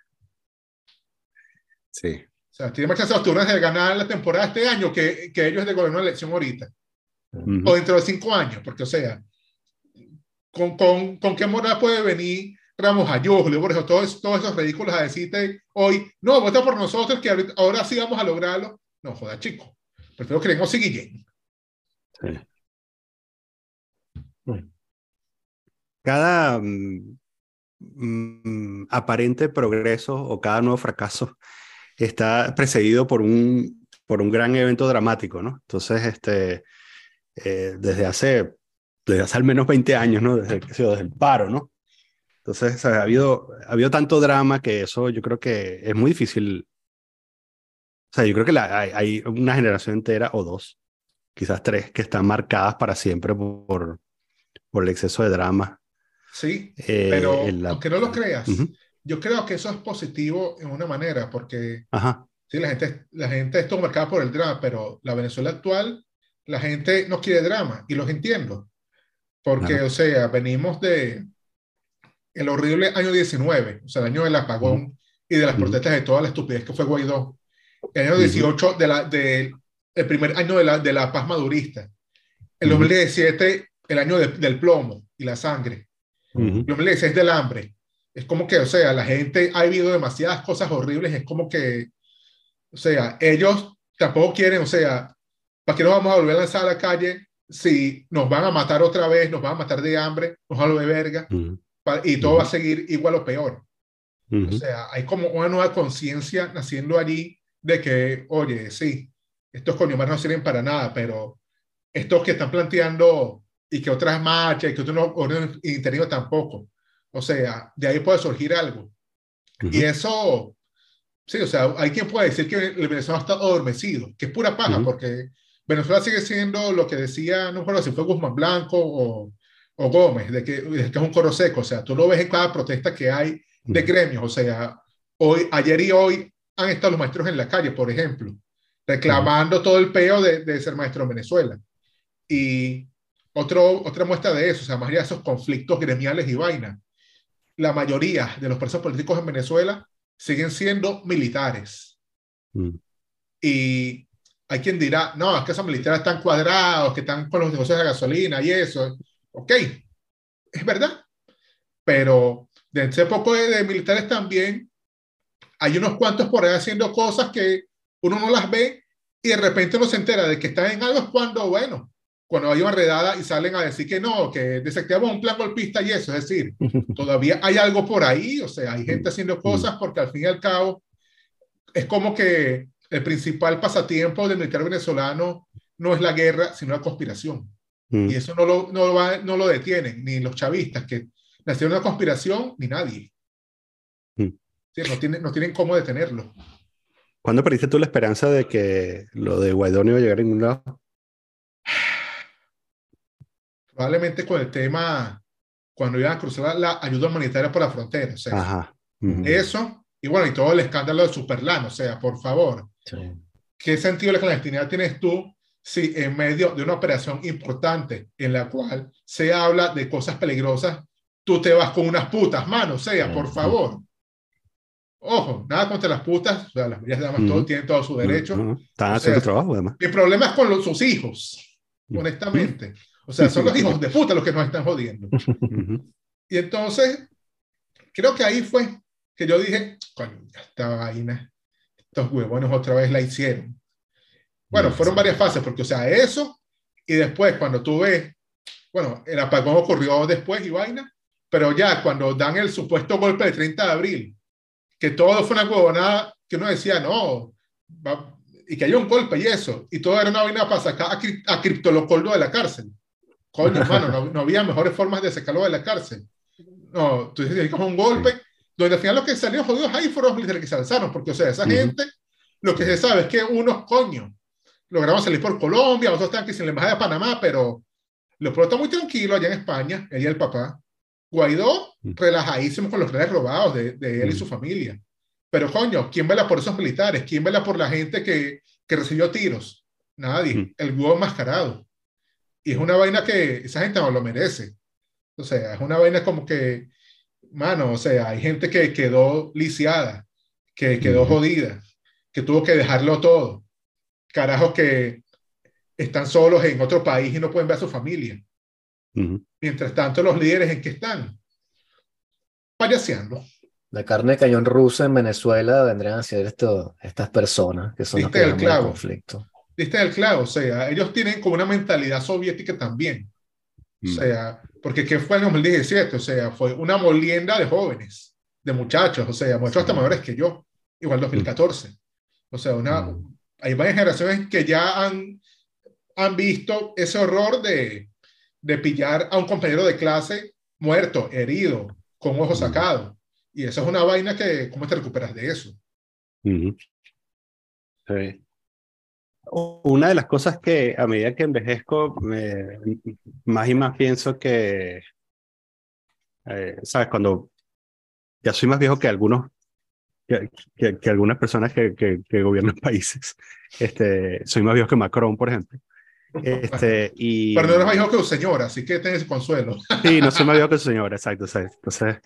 Sí. O sea, tiene más chance los turnos de ganar la temporada este año que ellos de gobernar la elección ahorita. O dentro de 5 años, porque, o sea, ¿con qué moral puede venir Ramos Ayuso, por eso, todos esos ridículos a decirte hoy, no, vota por nosotros, que ahora sí vamos a lograrlo? No, joda, chico. Prefiero que Lemos y Guillén. Sí. Cada aparente progreso o cada nuevo fracaso está precedido por un gran evento dramático, ¿no? Entonces, desde hace al menos 20 años, ¿no? Desde el paro, ¿no? Entonces, ¿sabes? Ha habido tanto drama que eso yo creo que es muy difícil. O sea, yo creo que hay una generación entera o dos, quizás tres, que están marcadas para siempre por el exceso de drama. Sí, pero aunque no lo creas, yo creo que eso es positivo en una manera, porque sí, la gente está marcada por el drama, pero la Venezuela actual, la gente no quiere drama, y los entiendo, porque, o sea, venimos de el horrible año 19, o sea, el año del apagón y de las protestas de toda la estupidez que fue Guaidó, el año 18 el primer año de la paz madurista, el 2017 el año del plomo y la sangre, el 2016 del hambre. Es como que, o sea, la gente ha vivido demasiadas cosas horribles, es como que, o sea, ellos tampoco quieren, o sea, ¿para qué nos vamos a volver a lanzar a la calle si nos van a matar otra vez, nos van a matar de hambre, nos van a volver verga, y todo va a seguir igual o peor? O sea, hay como una nueva conciencia naciendo allí de que, oye, sí, estos coños no sirven para nada, pero estos que están planteando, y que otras marchas, y que otros órdenes interinos tampoco. O sea, de ahí puede surgir algo. Y eso, sí, o sea, hay quien puede decir que el Venezuela está adormecido, que es pura paja, porque Venezuela sigue siendo lo que decía, no recuerdo si fue Guzmán Blanco o Gómez, de que es un coro seco. O sea, tú lo ves en cada protesta que hay de gremios. O sea, ayer y hoy han estado los maestros en la calle, por ejemplo, reclamando todo el peo de ser maestro en Venezuela. Y otra muestra de eso, o sea, más allá de esos conflictos gremiales y vainas, la mayoría de los presos políticos en Venezuela siguen siendo militares. Y hay quien dirá, no, es que esos militares están cuadrados, que están con los negocios de gasolina y eso. Ok, es verdad, pero de ese poco de militares también hay unos cuantos por ahí haciendo cosas que uno no las ve y de repente uno se entera de que están en algo cuando, bueno, cuando hay una redada y salen a decir que no, que desactivamos un plan golpista y eso. Es decir, todavía hay algo por ahí. O sea, hay gente haciendo cosas porque al fin y al cabo es como que el principal pasatiempo del militar venezolano no es la guerra, sino la conspiración. Y eso no lo detienen, ni los chavistas, que nacieron una conspiración, ni nadie. Sí, no tienen cómo detenerlo. ¿Cuándo perdiste tú la esperanza de que lo de Guaidó no iba a llegar a ningún lado? Probablemente con el tema, cuando iban a cruzar la ayuda humanitaria por la frontera. O sea, Ajá. eso, y bueno, y todo el escándalo de Superlán. O sea, por favor, Sí. ¿qué sentido de la clandestinidad tienes tú si en medio de una operación importante en la cual se habla de cosas peligrosas, tú te vas con unas putas, mano? O sea, por favor. Ojo, nada contra las putas, o sea, las mujeres damas todos tienen todo su derecho. Están O haciendo sea, su trabajo, además. mi problema es con sus hijos, honestamente. O sea, son los hijos de puta los que nos están jodiendo. Y entonces, creo que ahí fue que yo dije, coño, esta vaina, estos huevones otra vez la hicieron. Bueno, fueron varias fases, porque, o sea, eso, y después cuando tú ves, bueno, el apagón ocurrió después y vaina, pero ya cuando dan el supuesto golpe del 30 de abril, que todo fue una huevonada, que uno decía, no, y que haya un golpe y eso, y todo era una vaina para sacar a Criptolocoldo de la cárcel. Coño, hermano, no había mejores formas de sacarlo de la cárcel. No, tú dices, como un golpe, donde al final los que salieron jodidos ahí fueron los militares que se alzaron, porque, o sea, esa gente, lo que se sabe es que unos coños lograron salir por Colombia, otros están aquí sin la embajada de Panamá, pero los pueblos están muy tranquilos allá en España, ella y el papá. Guaidó, relajadísimo con los reales robados de él y su familia. Pero coño, ¿quién vela por esos militares? ¿Quién vela por la gente que recibió tiros? Nadie. El huevo enmascarado. Y es una vaina que esa gente no lo merece. O sea, es una vaina como que, mano, o sea, hay gente que quedó lisiada, que quedó jodida, que tuvo que dejarlo todo. Carajos que están solos en otro país y no pueden ver a su familia. Mientras tanto, los líderes en qué están payaseando. La carne de cañón rusa en Venezuela vendrían a ser estas personas que son los que Diste el llaman el clavo. conflicto. Diste el clavo. O sea, ellos tienen como una mentalidad soviética también. O sea, porque ¿qué fue en 2017? O sea, fue una molienda de jóvenes, de muchachos, o sea, muchos hasta mayores que yo, igual 2014. O sea, hay varias generaciones que ya han visto ese horror de pillar a un compañero de clase muerto, herido, con ojos sacados. Y eso es una vaina que, ¿cómo te recuperas de eso? Sí. Una de las cosas que a medida que envejezco, más y más pienso que, ¿sabes? Cuando ya soy más viejo que algunos, que algunas personas que gobiernan países, soy más viejo que Macron, por ejemplo. Y pero no eres más viejo que un señor, así que ten ese consuelo. sí, no soy más viejo que su señora, exacto, ¿sabes? Entonces,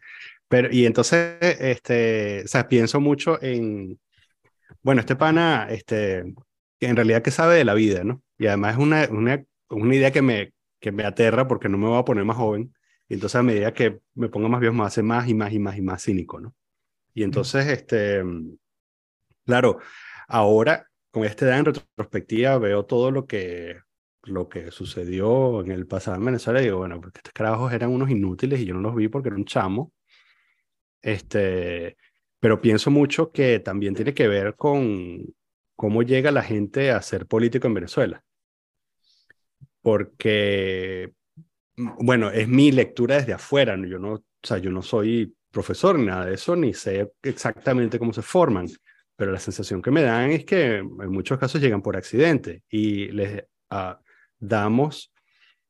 o sea, pienso mucho en, bueno, este pana, que en realidad que sabe de la vida, ¿no? Y además es una idea que me aterra porque no me voy a poner más joven. Y entonces a medida que me ponga más viejo me hace más y más y más y más cínico, ¿no? Y entonces, claro, ahora con esta edad en retrospectiva veo todo lo que sucedió en el pasado en Venezuela y digo, bueno, porque estos carajos eran unos inútiles y yo no los vi porque era un chamo. Pero pienso mucho que también tiene que ver con cómo llega la gente a ser político en Venezuela. Porque bueno, es mi lectura desde afuera, ¿no? O sea, yo no soy profesor ni nada de eso, ni sé exactamente cómo se forman, pero la sensación que me dan es que en muchos casos llegan por accidente y damos,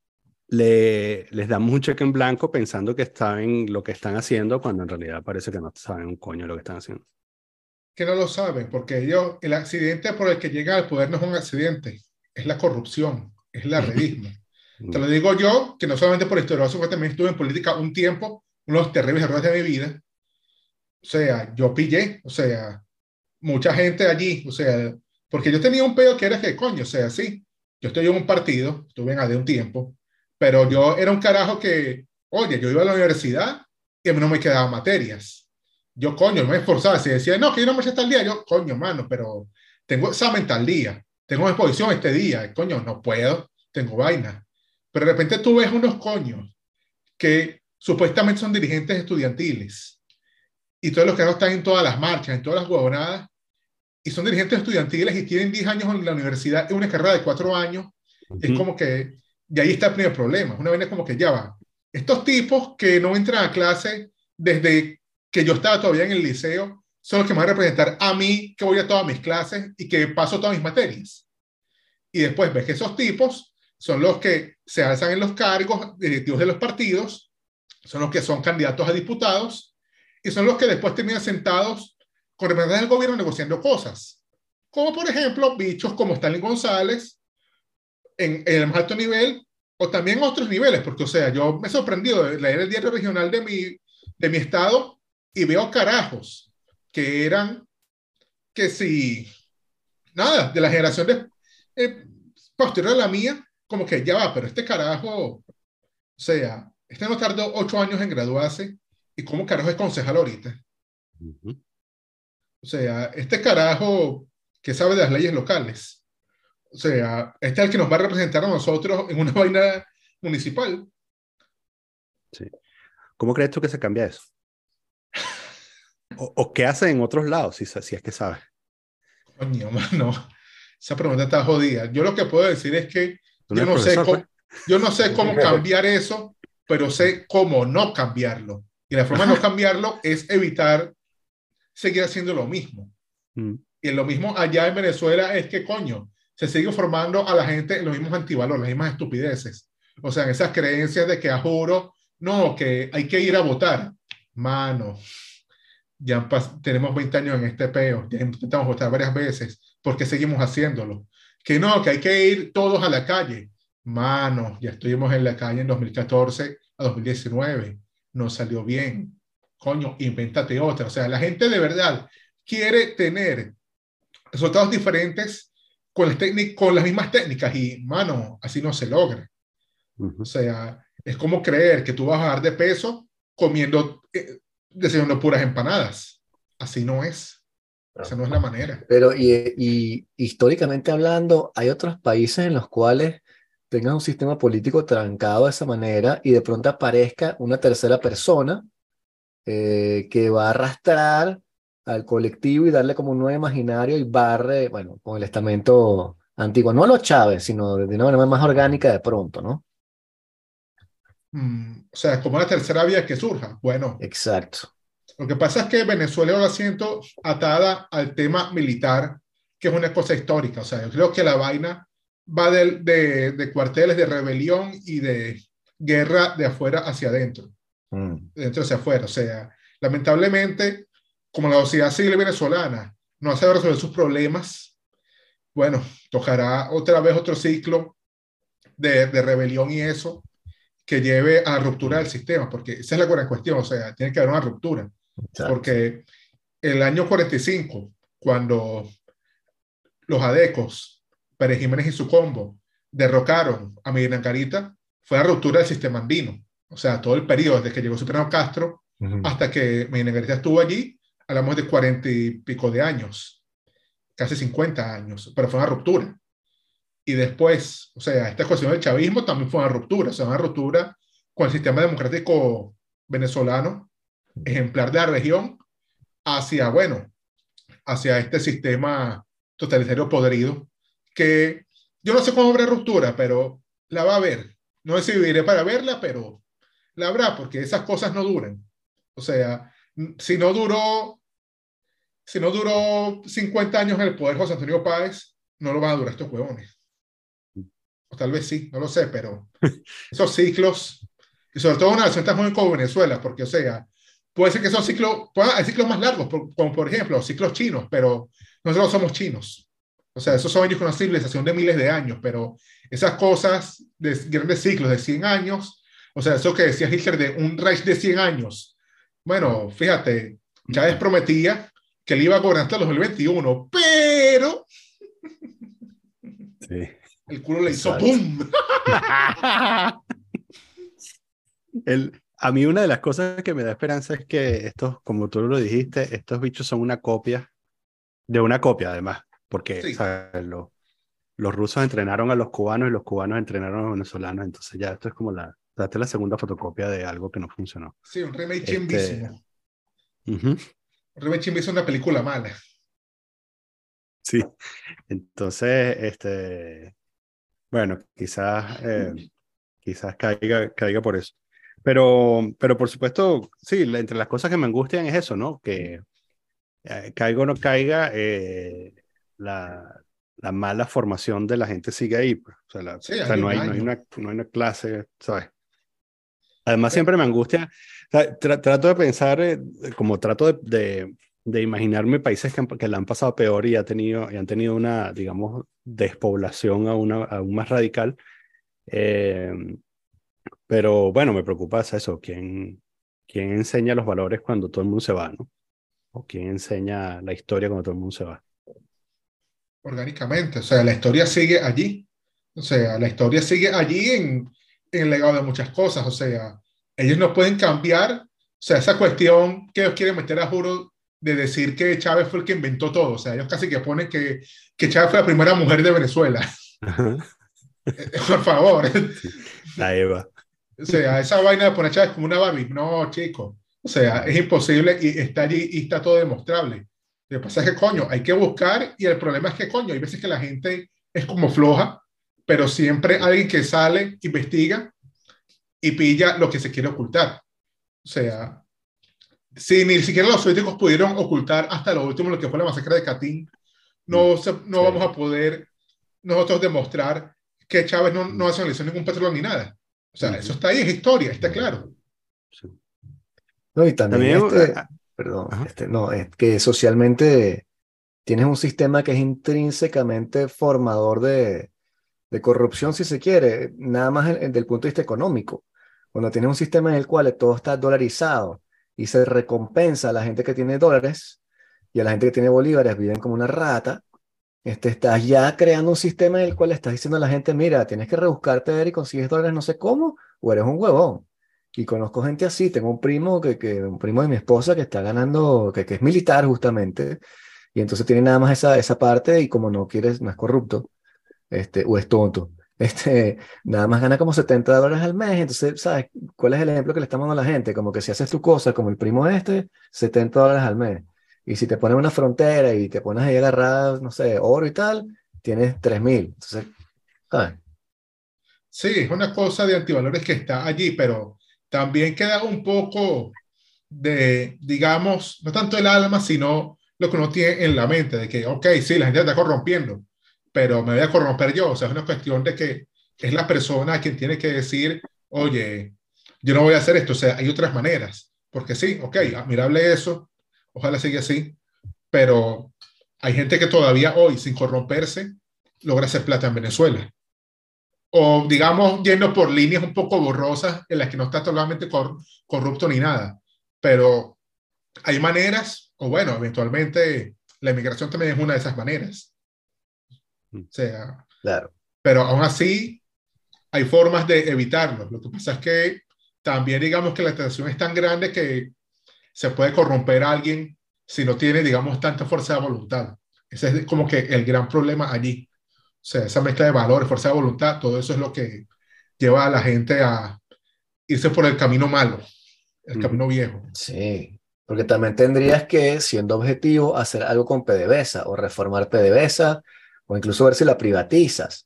les damos un cheque en blanco pensando que saben lo que están haciendo, cuando en realidad parece que no saben un coño lo que están haciendo. Que no lo saben, porque ellos, el accidente por el que llega al poder no es un accidente, es la corrupción, es el arredismo. Te lo digo yo, que no solamente por historiador, sino que también estuve en política un tiempo, uno de los terribles errores de mi vida. O sea, yo pillé, o sea, mucha gente allí, o sea, porque yo tenía un pedo que era que, coño, o sea, sí, yo estoy en un partido, estuve en AD un tiempo, pero yo era un carajo que, oye, yo iba a la universidad y a mí no me quedaban materias. Yo, coño, no me esforzaba. Si decía, no, que yo no me eché tal día, yo, coño, mano, pero tengo examen tal día, tengo exposición este día, coño, no puedo, tengo vaina. Pero de repente tú ves unos coños que supuestamente son dirigentes estudiantiles y todos los que están en todas las marchas, en todas las huevonadas, y son dirigentes estudiantiles y tienen 10 años en la universidad, en una carrera de 4 años, es como que, y ahí está el primer problema. Una vez es como que ya va. Estos tipos que no entran a clase desde que yo estaba todavía en el liceo, son los que me van a representar a mí, que voy a todas mis clases y que paso todas mis materias. Y después ves que esos tipos son los que se alzan en los cargos directivos de los partidos, son los que son candidatos a diputados y son los que después terminan sentados con representantes del gobierno negociando cosas. Como por ejemplo, bichos como Stanley González en el más alto nivel o también otros niveles, porque o sea, yo me he sorprendido de leer el diario regional de mi estado y veo carajos que eran, que si, nada, de la generación posterior a la mía, como que ya va, pero este carajo, o sea, este no tardó 8 años en graduarse y cómo carajo es concejal ahorita. O sea, este carajo que sabe de las leyes locales. O sea, este es el que nos va a representar a nosotros en una vaina municipal. Sí. ¿Cómo crees tú que se cambia eso? ¿O qué hacen en otros lados, si es que sabes? Coño, mano, esa pregunta está jodida. Yo lo que puedo decir es que ¿Tú no eres profesor, pues? yo no sé cómo cambiar eso, pero sé cómo no cambiarlo. Y la forma de no cambiarlo es evitar seguir haciendo lo mismo. Y lo mismo allá en Venezuela es que, coño, se sigue formando a la gente en los mismos antivalores, las mismas estupideces. O sea, en esas creencias de que a juro, no, que hay que ir a votar. Mano, ya tenemos 20 años en este peo, ya intentamos votar varias veces, ¿por qué seguimos haciéndolo? Que no, que hay que ir todos a la calle. Mano, ya estuvimos en la calle en 2014 a 2019, no salió bien. Coño, invéntate otra. O sea, la gente de verdad quiere tener resultados diferentes con las mismas técnicas y, mano, así no se logra. O sea, es como creer que tú vas a bajar de peso comiendo, desayunando puras empanadas. Así no es. Esa no es la manera. Pero y históricamente hablando, hay otros países en los cuales tengan un sistema político trancado de esa manera y de pronto aparezca una tercera persona que va a arrastrar al colectivo y darle como un nuevo imaginario y barre, bueno, con el estamento antiguo, no a los Chávez, sino de una manera más orgánica de pronto, ¿no? O sea, como la tercera vía que surja. Bueno, Exacto. lo que pasa es que Venezuela lo siento atada al tema militar, que es una cosa histórica. O sea, yo creo que la vaina va de cuarteles de rebelión y de guerra de afuera hacia adentro, de dentro hacia afuera. O sea, lamentablemente, como la sociedad civil venezolana no ha sabido resolver sus problemas, bueno, tocará otra vez otro ciclo de rebelión y eso que lleve a la ruptura del sistema, porque esa es la buena cuestión. O sea, tiene que haber una ruptura. Exacto. Porque el año 45, cuando los adecos, Pérez Jiménez y su combo, derrocaron a Medina Angarita, fue la ruptura del sistema andino. O sea, todo el periodo desde que llegó Cipriano Castro hasta que Medina Angarita estuvo allí, hablamos de 40 y pico de años, casi 50 años, pero fue una ruptura. Y después, o sea, esta cuestión del chavismo también fue una ruptura, o sea, una ruptura con el sistema democrático venezolano, ejemplar de la región, hacia, bueno, hacia este sistema totalitario podrido, que yo no sé cómo habrá ruptura, pero la va a haber. No sé si viviré para verla, pero la habrá, porque esas cosas no duran. O sea, si no duró, si no duró 50 años en el poder José Antonio Páez, no lo van a durar estos huevones. O tal vez sí, no lo sé, pero esos ciclos, y sobre todo una nación tan joven como Venezuela, porque, o sea, puede ser que son ciclos, hay ciclos más largos, como por ejemplo los ciclos chinos, pero nosotros somos chinos. O sea, esos son ellos con una civilización de miles de años, pero esas cosas de grandes ciclos de 100 años, o sea, eso que decía Hitler de un Reich de 100 años. Bueno, fíjate, Chávez prometía que él iba a gobernar hasta el 2021, pero Sí. el culo le hizo Exacto. ¡pum! A mí una de las cosas que me da esperanza es que estos, como tú lo dijiste, estos bichos son una copia de una copia además, porque Sí, ¿sabes? Los rusos entrenaron a los cubanos y los cubanos entrenaron a los venezolanos, entonces ya esto es como esta es la segunda fotocopia de algo que no funcionó. sí, un remake Este, chimbísimo. ujú, Revenge Invasion es una película mala. sí, entonces, bueno, quizás caiga por eso. Pero por supuesto, sí, entre las cosas que me angustian es eso, ¿no? Que caiga o no caiga, la mala formación de la gente sigue ahí, pues. O sea, Sí, o sea, hay un daño. no hay una clase, ¿sabes? Además, siempre me angustia, o sea, trato de pensar, como trato de imaginarme países que la han pasado peor y han tenido una, digamos, despoblación aún más radical. Eh, pero bueno, me preocupa es eso, quién enseña los valores cuando todo el mundo se va, ¿no? O quién enseña la historia cuando todo el mundo se va. Orgánicamente. O sea, la historia sigue allí. O sea, la historia sigue allí en el legado de muchas cosas. O sea, ellos no pueden cambiar. O sea, esa cuestión que ellos quieren meter a juro de decir que Chávez fue el que inventó todo. O sea, ellos casi que ponen que Chávez fue la primera mujer de Venezuela. Ajá. Por favor. Sí, la Eva. O sea, esa vaina de poner a Chávez como una Barbie. No, chico. O sea, es imposible y está allí y está todo demostrable. Lo que pasa es que, coño, hay que buscar y el problema es que, coño, hay veces que la gente es como floja, pero siempre alguien que sale, investiga y pilla lo que se quiere ocultar. O sea, si ni siquiera los soviéticos pudieron ocultar hasta lo último lo que fue la masacre de Katyn, no vamos Sí. a poder nosotros demostrar que Chávez no nacionalizó ningún petróleo ni nada. O sea, eso está ahí, es historia, está claro. Sí. No, y también También, perdón, ajá. no, es que socialmente tienes un sistema que es intrínsecamente formador de corrupción, si se quiere, nada más del punto de vista económico. Cuando tienes un sistema en el cual todo está dolarizado y se recompensa a la gente que tiene dólares y a la gente que tiene bolívares viven como una rata, estás ya creando un sistema en el cual estás diciendo a la gente, mira, tienes que rebuscarte a ver y consigues dólares no sé cómo, o eres un huevón. Y conozco gente así, tengo un primo un primo de mi esposa que está ganando, que es militar justamente, y entonces tiene nada más esa parte y como no quieres, no es corrupto, o es tonto. Nada más gana como $70 al mes, entonces, ¿sabes cuál es el ejemplo que le estamos dando a la gente? Como que si haces tu cosa, como el primo $70 al mes. Y si te pones una frontera y te pones ahí a agarrar, no sé, oro y tal, tienes 3.000. Entonces, ¿sabes? Sí, es una cosa de antivalores que está allí, pero también queda un poco de, digamos, no tanto el alma, sino lo que uno tiene en la mente, de que, ok, sí, la gente está corrompiendo, pero me voy a corromper yo. O sea, es una cuestión de que es la persona quien tiene que decir, oye, yo no voy a hacer esto. O sea, hay otras maneras. Porque sí, ok, admirable eso, ojalá siga así, pero hay gente que todavía hoy, sin corromperse, logra hacer plata en Venezuela. O digamos, yendo por líneas un poco borrosas en las que no está totalmente corrupto ni nada. Pero hay maneras, o bueno, eventualmente la inmigración también es una de esas maneras. O sea, Claro. pero aún así hay formas de evitarlo. Lo que pasa es que también digamos que la tentación es tan grande que se puede corromper a alguien si no tiene, digamos, tanta fuerza de voluntad. Ese es como que el gran problema allí. O sea, esa mezcla de valores, fuerza de voluntad, todo eso es lo que lleva a la gente a irse por el camino malo, el camino viejo. Sí, porque también tendrías que, siendo objetivo, hacer algo con PDVSA o reformar PDVSA o incluso ver si la privatizas.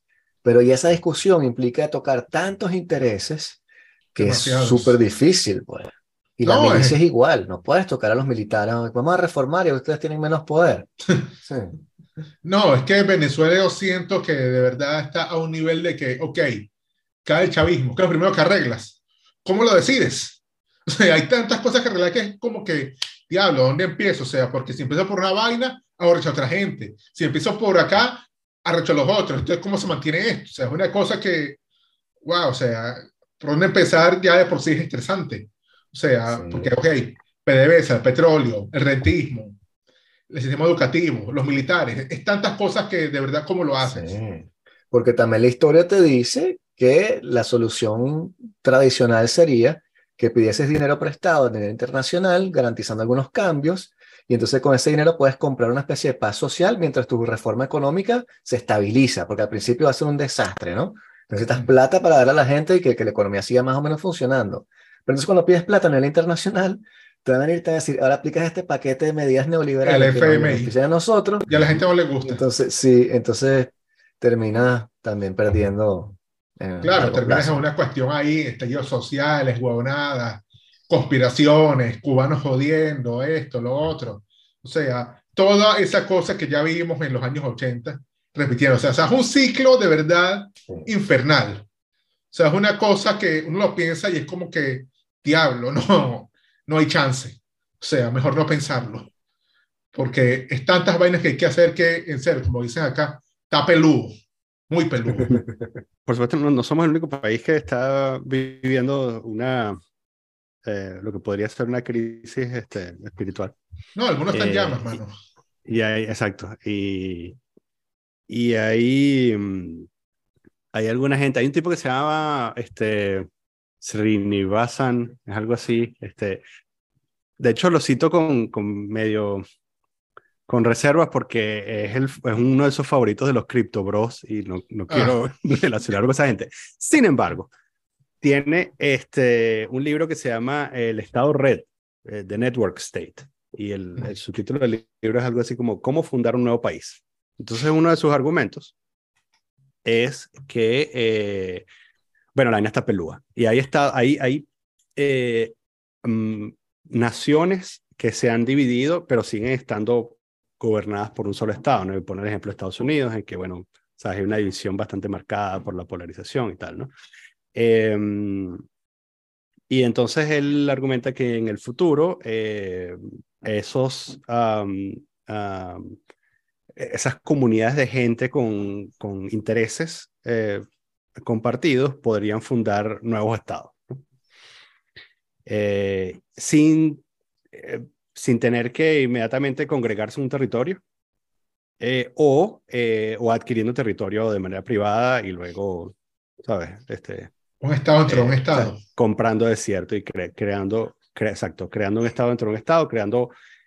Pero ya esa discusión implica tocar tantos intereses que es súper Demasiados. difícil, pues. Y la No, milicia es igual, no puedes tocar a los militares, vamos a reformar y ustedes tienen menos poder. Sí, no, es que Venezuela yo siento que de verdad está a un nivel de que, ok, cae el chavismo, que es lo primero que arreglas. ¿Cómo lo decides? O sea, hay tantas cosas que arreglar que es como que, diablo, ¿dónde empiezo? O sea, porque si empiezo por una vaina, arrecho a otra gente. Si empiezo por acá, arrecho a los otros. Entonces, ¿cómo se mantiene esto? O sea, es una cosa que, wow, o sea, por dónde empezar ya de por sí es interesante. O sea, porque, sí, ok, PDVSA, el petróleo, el rentismo, el sistema educativo, los militares, es tantas cosas que de verdad, ¿cómo lo sí. haces? Porque también la historia te dice que la solución tradicional sería que pidieses dinero prestado a nivel internacional, garantizando algunos cambios, y entonces con ese dinero puedes comprar una especie de paz social mientras tu reforma económica se estabiliza, porque al principio va a ser un desastre, ¿no? Necesitas plata para darle a la gente y que la economía siga más o menos funcionando. Pero entonces cuando pides plata a nivel internacional, te van a venir y te van a decir, ahora aplicas este paquete de medidas El neoliberales que nos FMI. benefician a nosotros, Y a la gente no le y gusta. entonces sí, entonces termina también perdiendo en Claro, largo terminas en plazo. una cuestión ahí, estallidos sociales, huevonadas, conspiraciones, cubanos jodiendo, esto, lo otro. O sea, toda esa cosa que ya vimos en los años 80 repitiendo. O sea, es un ciclo de verdad Sí. infernal. O sea, es una cosa que uno lo piensa y es como que, diablo, no, no hay chance. O sea, mejor no pensarlo. Porque es tantas vainas que hay que hacer que, en serio, como dicen acá, está peludo, muy peludo. Por supuesto, no somos el único país que está viviendo lo que podría ser una crisis espiritual. No, el mundo está en Eh, llamas, mano. exacto. Y ahí hay alguna gente, hay un tipo que se llama Srinivasan, es algo así. De hecho, lo cito con reservas porque es uno de sus favoritos de los Crypto Bros y no Ah, quiero relacionarlo con esa gente. Sin embargo, tiene un libro que se llama El Estado Red, The Network State. Y el subtítulo del libro es algo así como ¿Cómo fundar un nuevo país? Entonces, uno de sus argumentos es que, bueno, la vaina está pelúa. Y hay eh, mm, naciones que se han dividido, pero siguen estando gobernadas por un solo Estado, ¿no? Y poner el ejemplo de Estados Unidos, en que, bueno, sabes, hay una división bastante marcada por la polarización y tal, ¿no? Eh, y entonces él argumenta que en el futuro esos, esas comunidades de gente con intereses compartidos podrían fundar nuevos estados, ¿no? Eh, sin, sin tener que inmediatamente congregarse en un territorio o adquiriendo territorio de manera privada y luego, ¿sabes? un estado dentro de un O sea, estado. comprando desierto y exacto, creando un estado dentro de un estado, creando,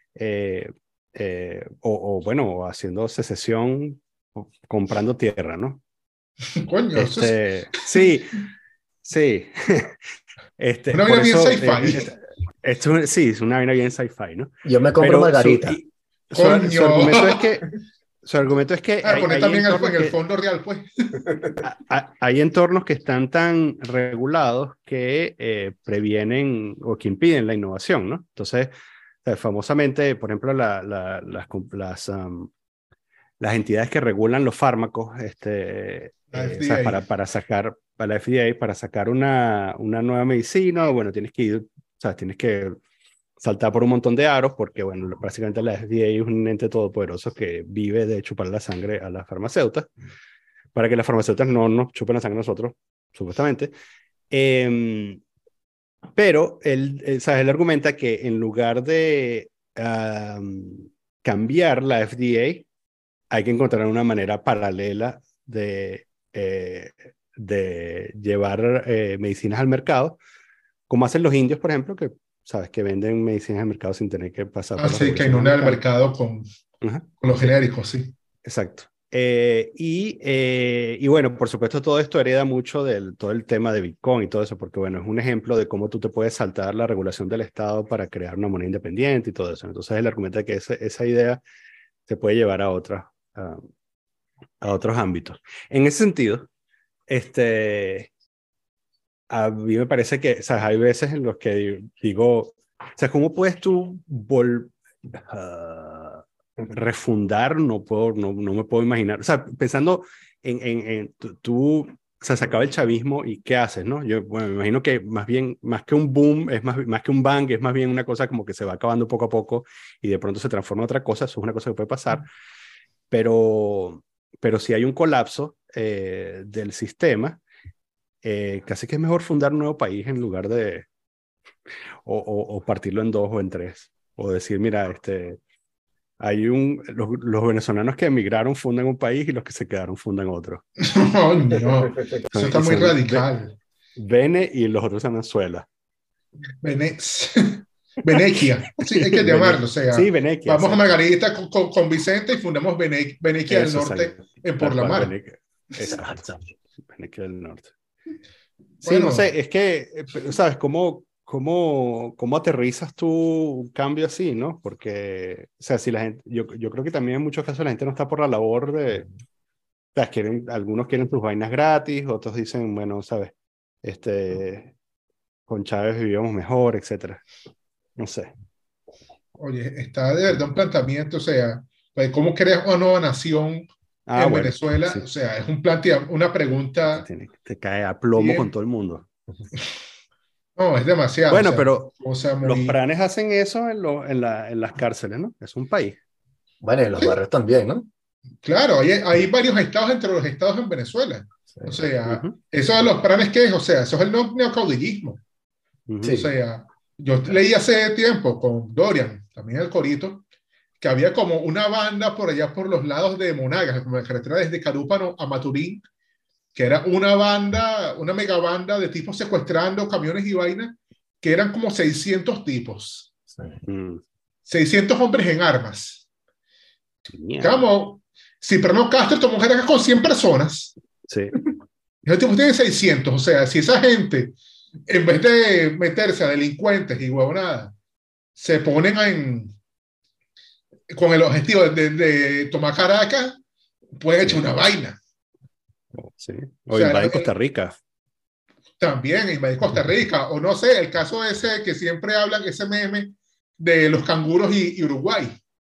bueno, haciendo secesión, comprando tierra, ¿no? Coño, eso es Sí, sí. una vida Por bien eso, sci-fi. sí, es una vaina bien sci-fi, ¿no? Yo me compro Pero margarita. su Coño. argumento es que, su argumento es que A poner hay también entornos en el que fondo real, pues. hay entornos que están tan regulados que previenen o que impiden la innovación, ¿no? Entonces, famosamente, por ejemplo, las entidades que regulan los fármacos, La o sea, FDA. para la FDA, para sacar una nueva medicina, bueno, tienes que ir, o sea, tienes que saltar por un montón de aros, porque, bueno, básicamente la FDA es un ente todopoderoso que vive de chupar la sangre a las farmacéuticas, para que las farmacéuticas no nos chupen la sangre a nosotros, supuestamente. Eh, pero ¿sabes? Él argumenta que en lugar de cambiar la FDA, hay que encontrar una manera paralela de llevar medicinas al mercado, como hacen los indios, por ejemplo, que sabes que venden medicinas al mercado sin tener que pasar por las Así que regulaciones inunda el americanas. mercado Ajá, con los sí, genéricos, sí. exacto. Y bueno, por supuesto, todo esto hereda mucho del todo el tema de Bitcoin y todo eso, porque bueno, es un ejemplo de cómo tú te puedes saltar la regulación del Estado para crear una moneda independiente y todo eso. Entonces, él argumenta que esa idea se puede llevar a otros ámbitos. En ese sentido, A mí me parece que, o sea, hay veces en los que digo, o sea, ¿cómo puedes tú refundar? No me puedo imaginar. O sea, pensando en tú, o sea, se acaba el chavismo y ¿qué haces, no? Yo, bueno, me imagino que más bien, más que un boom, es más que un bang, es más bien una cosa como que se va acabando poco a poco y de pronto se transforma en otra cosa. Eso es una cosa que puede pasar. Pero si hay un colapso del sistema, casi que es mejor fundar un nuevo país en lugar de o partirlo en dos o en tres. O decir, mira, los venezolanos que emigraron fundan un país y los que se quedaron fundan otro. No, no, eso está Y muy son radical. Bene y los otros son Venezuela. Vene- Venequia, sí, hay que llamarlo, o Sí, sea, Venequia, vamos a exacto. Margarita con Vicente y fundamos Venequia del Eso, Norte exacto. en Por Tal la cual, Mar. Venequia. Exacto. Venequia del Norte. Sí, no Bueno, sé, es que, ¿sabes? ¿Cómo aterrizas tú un cambio así, no? Porque, o sea, si la gente, yo creo que también en muchos casos la gente no está por la labor de, o sea, algunos quieren sus vainas gratis, otros dicen, bueno, ¿sabes? Con Chávez vivíamos mejor, etcétera. No sé. oye, está de verdad un planteamiento, o sea, pues, ¿cómo creas una nueva nación Ah, en bueno, Venezuela? sí, O sea, es una pregunta te cae a plomo con bien, todo el mundo. no, es demasiado, o Bueno, sea, una pero cosa los muy, pranes hacen eso en las cárceles, ¿no? Es un país. Bueno, y los sí, barrios también, ¿no? claro, hay varios estados entre los estados en Venezuela, Sí, o sea, Ujú, eso de los planes que es, o sea, eso es el neocaudillismo. O ujú. sí, sea, yo claro. leí hace tiempo con Dorian, también el Corito, que había como una banda por allá por los lados de Monagas, como la carretera desde Carúpano a Maturín, que era una banda, una mega banda de tipos secuestrando camiones y vainas, que eran como 600 tipos, Sí. Mm, 600 hombres en armas. mierda. Como, si Perno Castro tomó cargas con 100 personas, Sí. esos tipos tienen 600, o sea, si esa gente, en vez de meterse a delincuentes y huevonadas, se ponen con el objetivo de tomar Caracas, pueden echar Sí, una vaina. sí. O O sea, invaden Costa Rica. también en Costa Rica, o no sé, el caso ese que siempre hablan, ese meme de los canguros y Uruguay.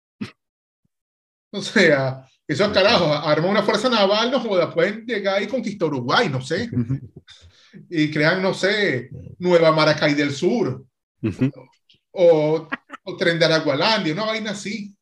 O sea, esos Okay. carajos arman una fuerza naval, no joda, pueden llegar y conquistar Uruguay, no sé, y crean, no sé, Nueva Maracay del Sur, Ujú. o, o Tren de Aragualandia, una vaina así.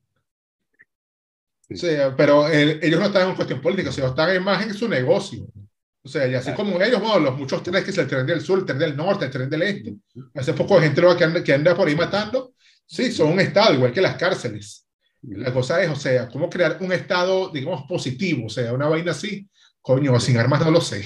O Sí. sea, pero ellos no están en cuestión política, o sea, están más en su negocio. O sea, y así Claro. como ellos, bueno, los muchos trenes que es el tren del sur, el tren del norte, el tren del este. Hace poco gente lo que anda por ahí matando. Sí, son un estado, igual que las cárceles. La cosa es, o sea, cómo crear un estado, digamos, positivo, o sea, una vaina así. Coño, sin armas no lo sé.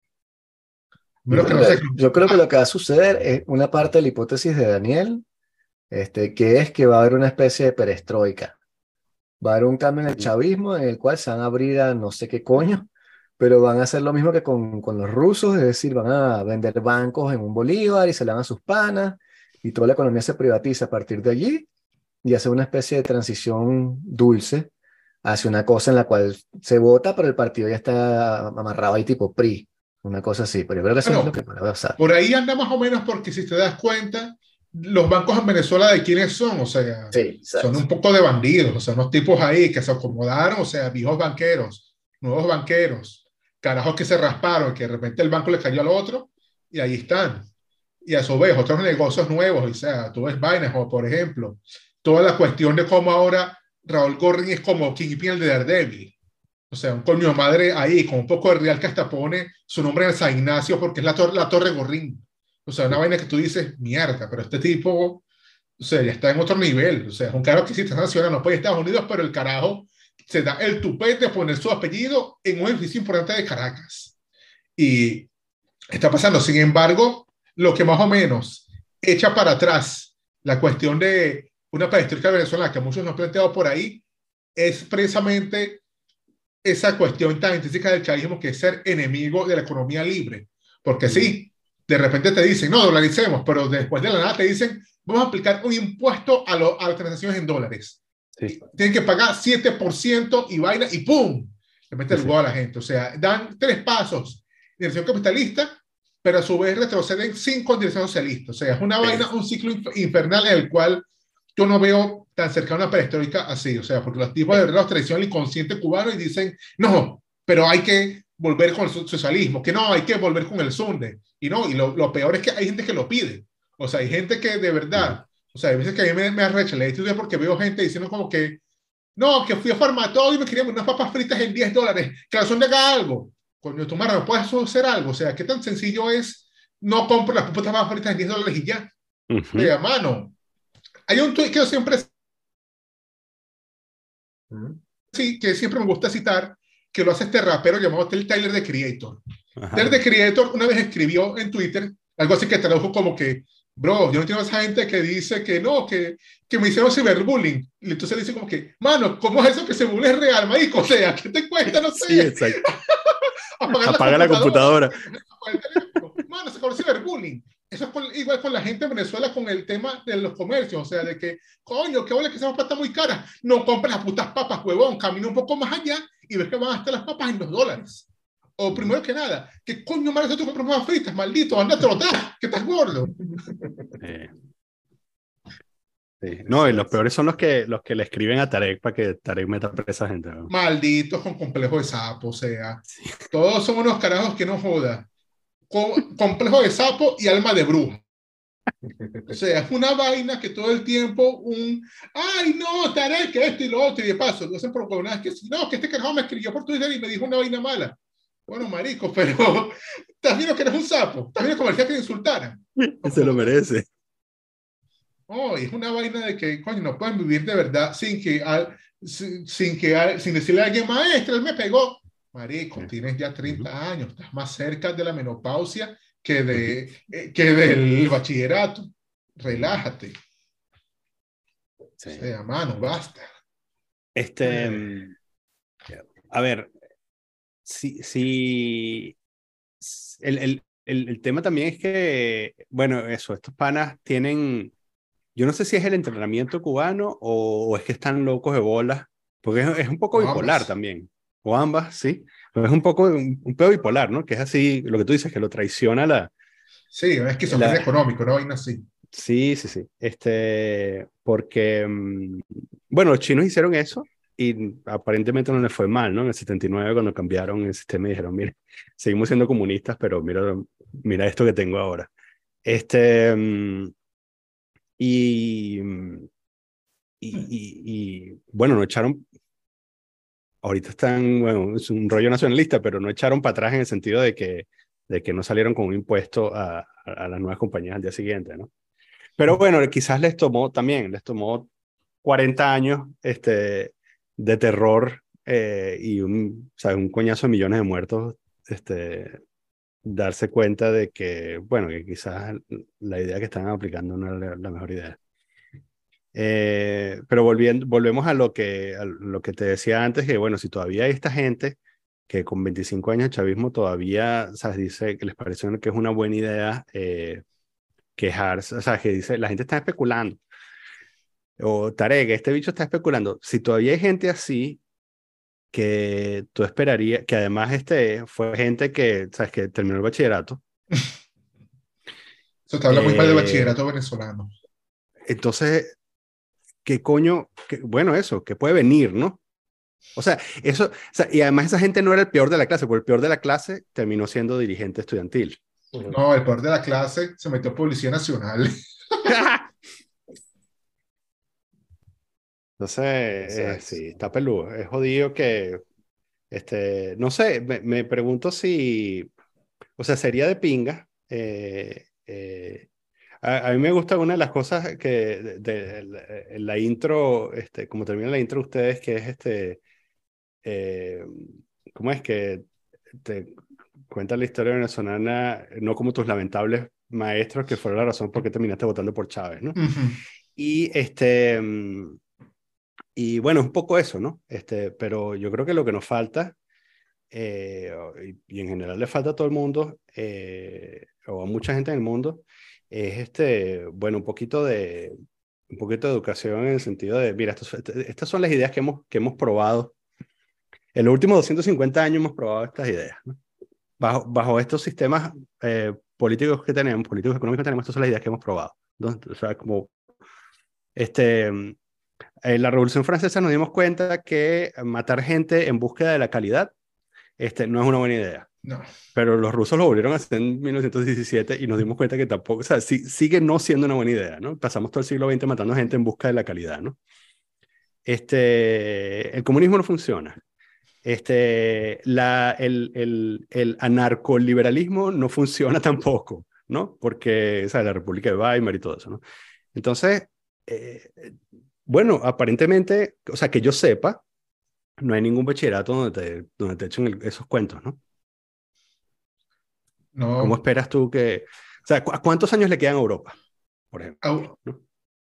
Menos que no sé. Yo creo que lo que va a suceder es una parte de la hipótesis de Daniel, que es que va a haber una especie de perestroika. Va a haber un cambio en el chavismo en el cual se van a abrir a no sé qué coño, pero van a hacer lo mismo que con los rusos, es decir, van a vender bancos en un bolívar y se le dan a sus panas y toda la economía se privatiza a partir de allí y hacer una especie de transición dulce hacia una cosa en la cual se vota, pero el partido ya está amarrado ahí tipo PRI, una cosa así, pero yo creo que eso no es lo Bueno, que va a pasar. por ahí anda más o menos porque si te das cuenta, los bancos en Venezuela de quiénes son, o sea, Sí, son exacto. un poco de bandidos, o sea, unos tipos ahí que se acomodaron, o sea, viejos banqueros, nuevos banqueros, carajos que se rasparon, que de repente el banco le cayó al otro y ahí están. Y a su vez, otros negocios nuevos, o sea, tú ves vainas, como por ejemplo, toda la cuestión de cómo ahora Raúl Gorrin es como Kingpin de Daredevil. O sea, un coño de madre ahí, con un poco de real que hasta pone su nombre en San Ignacio porque es la Torre Gorrín. O sea, una vaina que tú dices, mierda, pero este tipo, o sea, ya está en otro nivel. O sea, es un carajo que sí está nacional, no puede Estados Unidos, pero el carajo se da el tupete de poner su apellido en un edificio importante de Caracas. Y está pasando. Sin embargo, lo que más o menos echa para atrás la cuestión de una perestroika venezolana que muchos nos han planteado por ahí es precisamente esa cuestión tan intrínseca del chavismo que es ser enemigo de la economía libre. Porque Ujú. sí, de repente te dicen, no, dolaricemos, pero después de la nada te dicen, vamos a aplicar un impuesto a las transacciones en dólares. Sí. Y tienen que pagar 7% y vaina y ¡pum! le mete el gol a la gente. O sea, dan 3 pasos en dirección capitalista, pero a su vez retroceden 5 en dirección socialista. O sea, es una vaina, un ciclo infernal en el cual yo no veo tan cercano a una perestroika así. O sea, porque los tipos de verdad los traicionan el inconsciente cubano y dicen, no, pero hay que volver con el socialismo, que no, hay que volver con el Sunde. Y no, y lo peor es que hay gente que lo pide. O sea, hay gente que de verdad, o sea, hay veces que a mí me arrecha la estudio porque veo gente diciendo como que, no, que fui a Farmatodo y me querían unas papas fritas en $10, que la Sunde haga algo. Coño, tu madre, ¿no puedes hacer algo? O sea, ¿qué tan sencillo es no compro las papas fritas en $10 y ya? O sea, mano, hay un tweet que yo siempre, sí, que siempre me gusta citar, que lo hace este rapero llamado Tyler, the Creator. Tyler, the Creator una vez escribió en Twitter algo así que tradujo como que, bro, yo no entiendo a esa gente que dice que no, que me hicieron ciberbullying. Y entonces dice como que, mano, ¿cómo es eso que se bullying es real, marico? O sea, ¿qué te cuesta? No sé. Sí, exacto. Apagar la computadora. Mano, se conoce ciberbullying. Eso es igual con la gente en Venezuela con el tema de los comercios. O sea, de que, coño, qué bola que esa papa está muy cara. No compres las putas papas, huevón. Camina un poco más allá y ves que van a estar las papas en $2. O primero que nada, ¿qué coño más tú compras papas fritas? Maldito, anda a trotar, que estás gordo. Sí. No, y los peores son los que le escriben a Tarek para que Tarek meta presa a gente, ¿no? Malditos con complejo de sapo, o sea, sí. Todos son unos carajos que no jodan. Complejo de sapo y alma de bruja. O sea, es una vaina que todo el tiempo ay no, Tarek, que esto y lo otro, y de paso, lo hacen por una vez que no, que este carajo me escribió por Twitter y me dijo una vaina mala. Bueno, marico, pero estás viendo que eres un sapo, estás viendo como el que te insultaran. Se lo merece. Oh, es una vaina de que, coño, no pueden vivir de verdad sin decirle a alguien, maestra, él me pegó. Marico, tienes ya 30 años, estás más cerca de la menopausia que del bachillerato. Relájate. Sí. O sea, mano, basta. A ver, el tema también es que, bueno, estos panas tienen, yo no sé si es el entrenamiento cubano o es que están locos de bolas, porque es un poco bipolar también, o ambas, sí, pero es un poco un pedo bipolar, ¿no? Que es así, lo que tú dices, que lo traiciona la... Sí, es que es económico, ¿no? Vaina así. Sí, sí, sí. Porque, bueno, los chinos hicieron eso y aparentemente no les fue mal, ¿no? En el 79 cuando cambiaron el sistema y dijeron, mire, seguimos siendo comunistas, pero mira esto que tengo ahora. Bueno, no echaron, ahorita están, bueno, es un rollo nacionalista, pero no echaron para atrás en el sentido de que no salieron con un impuesto a las nuevas compañías al día siguiente, ¿no? Pero bueno, quizás les tomó 40 años de terror y un coñazo de millones de muertos, darse cuenta de que, bueno, que quizás la idea que están aplicando no era la mejor idea. Pero volvemos a lo que te decía antes, que bueno, si todavía hay esta gente que con 25 años de chavismo todavía, ¿sabes? Dice que les parece que es una buena idea quejarse, o sea, que dice, la gente está especulando. O Tarek, este bicho está especulando. Si todavía hay gente así, que tú esperarías, que además fue gente que, ¿sabes? Que terminó el bachillerato. Eso te habla muy mal del bachillerato venezolano. Entonces, ¿qué coño? Bueno, eso, que puede venir, ¿no? O sea, eso, y además esa gente no era el peor de la clase, porque el peor de la clase terminó siendo dirigente estudiantil. No, el peor de la clase se metió a Policía Nacional. Entonces, sí, está peludo. Es jodido que, no sé, me pregunto si, o sea, sería de pinga. A mí me gusta una de las cosas que la intro, como termina la intro ustedes, que es ¿cómo es que te cuenta la historia venezolana, no como tus lamentables maestros, que fueron la razón por qué terminaste votando por Chávez, ¿no? Y y bueno, es un poco eso, ¿no? Pero yo creo que lo que nos falta, y en general le falta a todo el mundo, o a mucha gente en el mundo, es bueno, un poquito de educación en el sentido de, mira, estas son las ideas que hemos probado En los últimos 250 años hemos probado estas ideas, ¿no? Bajo estos sistemas políticos que tenemos, políticos económicos que tenemos, estas son las ideas que hemos probado. Entonces, o sea, como en la Revolución Francesa nos dimos cuenta que matar gente en búsqueda de la calidad no es una buena idea. No. Pero los rusos lo volvieron a hacer en 1917 y nos dimos cuenta que tampoco, o sea, sigue no siendo una buena idea, ¿no? Pasamos todo el siglo XX matando gente en busca de la calidad, ¿no? El comunismo no funciona. El anarcoliberalismo no funciona tampoco, ¿no? Porque, o sea, la República de Weimar y todo eso, ¿no? Entonces, bueno, aparentemente, o sea, que yo sepa, no hay ningún bachillerato donde te echen esos cuentos, ¿no? No. ¿Cómo esperas tú que... O sea, ¿cuántos años le quedan a Europa, por ejemplo? ¿no?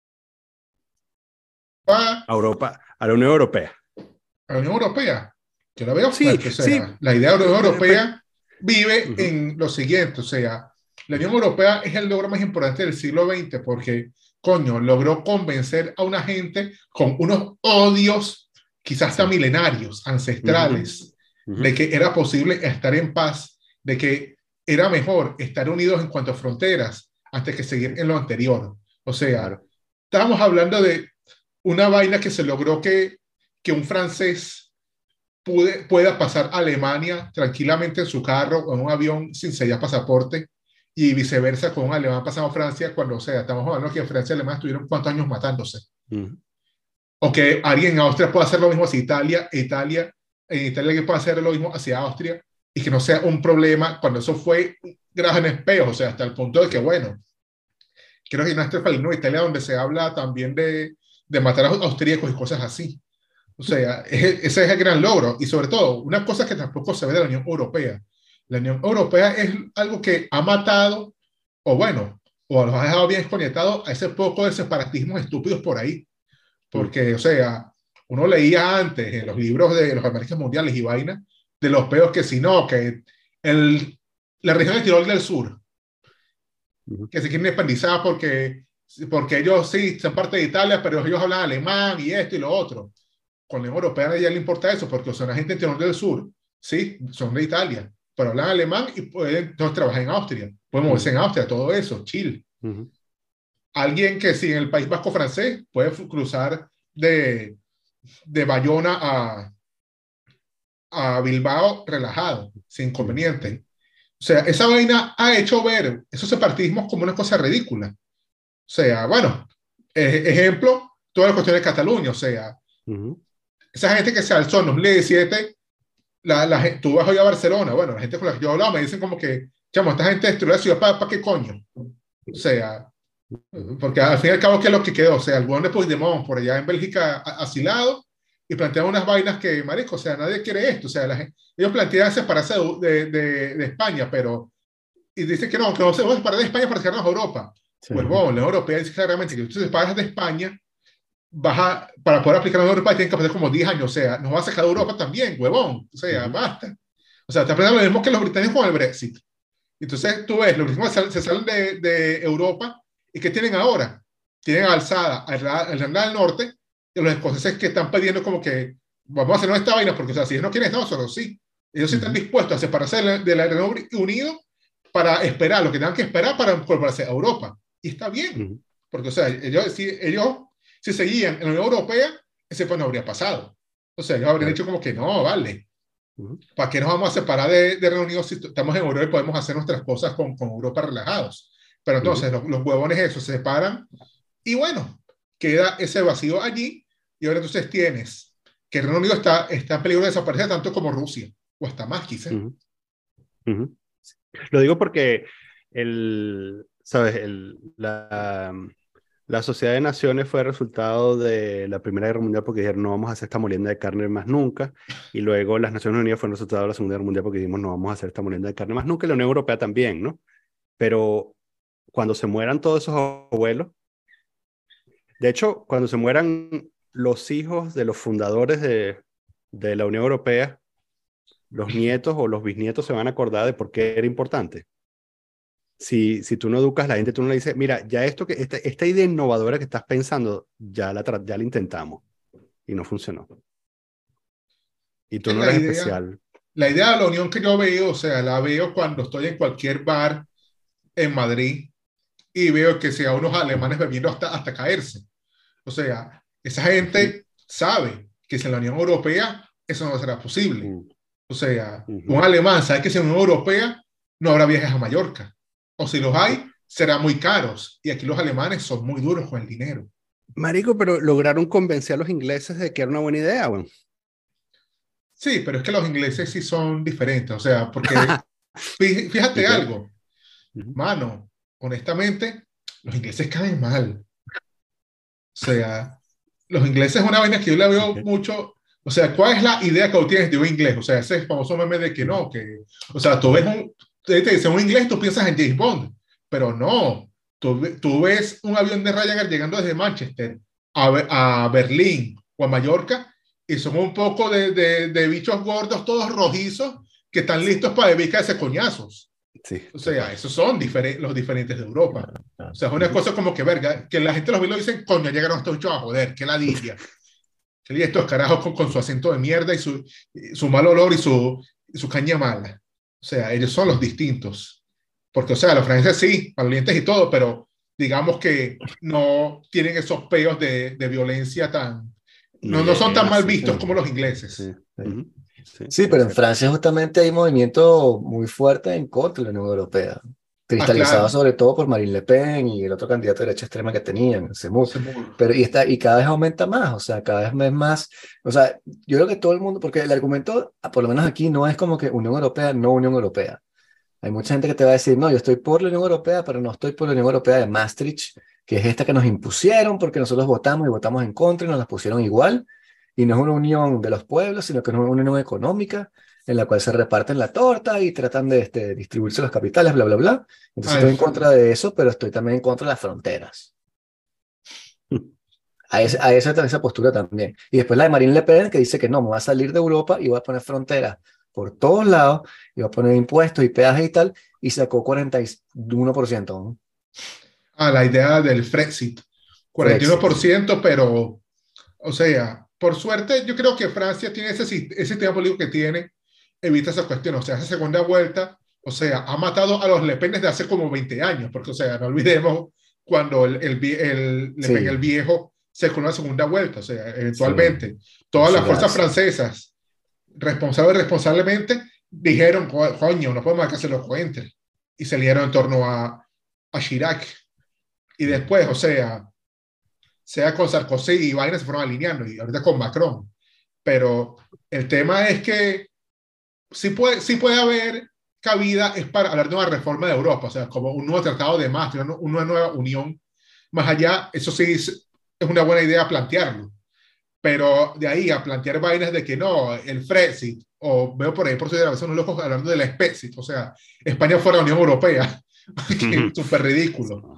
A Europa, a la Unión Europea. A la Unión Europea, yo la veo Sí, fuerte. O sea, sí. la idea de la Unión Europea vive en lo siguiente. O sea, la Unión Europea es el logro más importante del siglo XX porque, coño, logró convencer a una gente con unos odios quizás hasta milenarios, ancestrales, de que era posible estar en paz, de que era mejor estar unidos en cuanto a fronteras antes que seguir en lo anterior. O sea, estábamos hablando de una vaina que se logró que un francés pueda pasar a Alemania tranquilamente en su carro o en un avión sin sellar pasaporte y viceversa con un alemán pasando a Francia cuando, o sea, estamos hablando que Francia y Alemania estuvieron cuántos años matándose. O que alguien en Austria pueda hacer lo mismo hacia Italia, en Italia que pueda hacer lo mismo hacia Austria y que no sea un problema cuando eso fue gracias en espejo, o sea, hasta el punto de que, bueno, creo que en este país, ¿no? Italia, donde se habla también de matar a austríacos y cosas así. O sea, ese es el gran logro. Y sobre todo, una cosa que tampoco se ve de la Unión Europea. La Unión Europea es algo que ha matado, o bueno, o los ha dejado bien desconectados a ese poco de separatismos estúpidos por ahí. Porque, o sea, uno leía antes en los libros de los Américas Mundiales y vaina, de los peos que si no, que la región de Tirol del Sur, que se quieren independizar porque ellos sí son parte de Italia, pero ellos hablan alemán y esto y lo otro. Con la Unión Europea ya le importa eso, porque son la gente de Tirol del Sur, sí, son de Italia, pero hablan alemán y pueden entonces trabajar en Austria. Pueden moverse en Austria, todo eso, Chile. Alguien que si en el País Vasco francés puede cruzar de Bayona a Bilbao relajado, sin inconveniente. O sea, esa vaina ha hecho ver esos separatismos como una cosa ridícula. O sea, bueno, ejemplo, toda la cuestión de Cataluña, o sea, esa gente que se alzó en 2017, tú vas hoy a Barcelona, bueno, la gente con la que yo he hablado me dicen como que, chamo, esta gente destruyó la ciudad ¿para qué coño? O sea, porque al fin y al cabo, ¿qué es lo que quedó? O sea, el buen de Puigdemont por allá en Bélgica asilado y plantean unas vainas que, marico, o sea, nadie quiere esto. O sea, ellos plantean separarse de España, pero y dice que no se va a separar de España para sacarnos a Europa. Sí. Pues bueno, la Unión Europea dice claramente que si tú te separas de España, para poder aplicar a la Unión Europea tienen que pasar como 10 años. O sea, nos va a sacar de Europa también, huevón. O sea, basta. O sea, te aprendes lo mismo que los británicos con el Brexit. Entonces, tú ves, los británicos se salen de Europa y ¿qué tienen ahora? Tienen alzada a Irlanda del Norte y los escoceses que están pidiendo como que vamos a hacer esta vaina porque, o sea, si ellos no quieren Estados Unidos, sí. Ellos sí están dispuestos a separarse de la Reino Unido para esperar lo que tengan que esperar para incorporarse a Europa. Y está bien, porque, o sea, ellos si seguían en la Unión Europea, ese pues no habría pasado. O sea, ellos habrían dicho como que no, vale. ¿Para qué nos vamos a separar de Reino Unido si estamos en Europa y podemos hacer nuestras cosas con Europa relajados? Pero entonces los huevones esos se separan y bueno, queda ese vacío allí y ahora entonces tienes que el Reino Unido está en peligro de desaparecer tanto como Rusia, o hasta más quizás. Lo digo porque ¿sabes? La Sociedad de Naciones fue el resultado de la Primera Guerra Mundial porque dijeron no vamos a hacer esta molienda de carne más nunca, y luego las Naciones Unidas fue el resultado de la Segunda Guerra Mundial porque dijimos no vamos a hacer esta molienda de carne más nunca, y la Unión Europea también, ¿no? Pero cuando se mueran todos esos abuelos, de hecho, cuando se mueran los hijos de los fundadores de la Unión Europea, los nietos o los bisnietos se van a acordar de por qué era importante. Si tú no educas a la gente, tú no le dices, mira, ya esta idea innovadora que estás pensando, ya la intentamos y no funcionó. Y tú que no eres especial. la idea de la unión que yo veo, o sea, la veo cuando estoy en cualquier bar en Madrid y veo que si a unos alemanes bebiendo hasta caerse. O sea, esa gente sabe que si en la Unión Europea eso no será posible. O sea, un alemán sabe que si en la Unión Europea no habrá viajes a Mallorca. O si los hay, serán muy caros. Y aquí los alemanes son muy duros con el dinero. Marico, pero lograron convencer a los ingleses de que era una buena idea, bueno. Sí, pero es que los ingleses sí son diferentes. O sea, porque fíjate Okay. algo, mano, honestamente, los ingleses caen mal. O sea, los ingleses es una vaina que yo la veo mucho. O sea, ¿cuál es la idea que tú tienes de un inglés? O sea, ese famoso meme de que no, que, o sea, tú ves te dicen un inglés, tú piensas en James Bond, pero no. Tú ves un avión de Ryanair llegando desde Manchester a Berlín o a Mallorca y son un poco de bichos gordos, todos rojizos, que están listos para dedicarse coñazos. Sí, O sea, esos son los diferentes de Europa. O sea, es una cosa como que, verga, que la gente los ve y lo dicen, coño, llegaron estos bichos a joder, qué ladilla. Y estos carajos con su acento de mierda y su mal olor y su caña mala. O sea, ellos son los distintos. Porque, o sea, los franceses sí, valientes y todo, pero digamos que no tienen esos peos de violencia tan... No son tan mal vistos como los ingleses. Sí. Sí, pero en Francia justamente hay movimiento muy fuerte en contra de la Unión Europea, cristalizado claro. sobre todo por Marine Le Pen y el otro candidato de derecha extrema que tenían, Zemmour. Pero y cada vez aumenta más, o sea, cada vez más, o sea, yo creo que todo el mundo, porque el argumento, por lo menos aquí, no es como que Unión Europea, no Unión Europea. Hay mucha gente que te va a decir, no, yo estoy por la Unión Europea, pero no estoy por la Unión Europea de Maastricht, que es esta que nos impusieron porque nosotros votamos y votamos en contra y nos la pusieron igual. Y no es una unión de los pueblos, sino que es una unión económica en la cual se reparten la torta y tratan de distribuirse los capitales, bla, bla, bla. Entonces estoy en contra de eso, pero estoy también en contra de las fronteras. A esa postura también. Y después la de Marine Le Pen, que dice que no, me va a salir de Europa y voy a poner fronteras por todos lados, y va a poner impuestos y peajes y tal, y sacó 41%, ¿no? La idea del Brexit. 41%, pero, o sea, por suerte, yo creo que Francia tiene ese sistema político que tiene, evita esa cuestión. O sea, esa segunda vuelta, o sea, ha matado a los Le Pen desde hace como 20 años, porque, o sea, no olvidemos cuando Le Pen el viejo se con una segunda vuelta. O sea, eventualmente, todas las fuerzas francesas, responsablemente, dijeron, coño, no podemos que se lo cuente. Y salieron en torno a Chirac. Y después, o sea con Sarkozy y Biden se fueron alineando, y ahorita con Macron. Pero el tema es que sí puede haber cabida es para hablar de una reforma de Europa, o sea, como un nuevo tratado de Maastricht, una nueva unión. Más allá, eso sí es una buena idea plantearlo. Pero de ahí a plantear vainas de que no, el Brexit, o veo por ahí por su son locos hablando de la Spexit, o sea, España fuera de la Unión Europea, súper ridículo.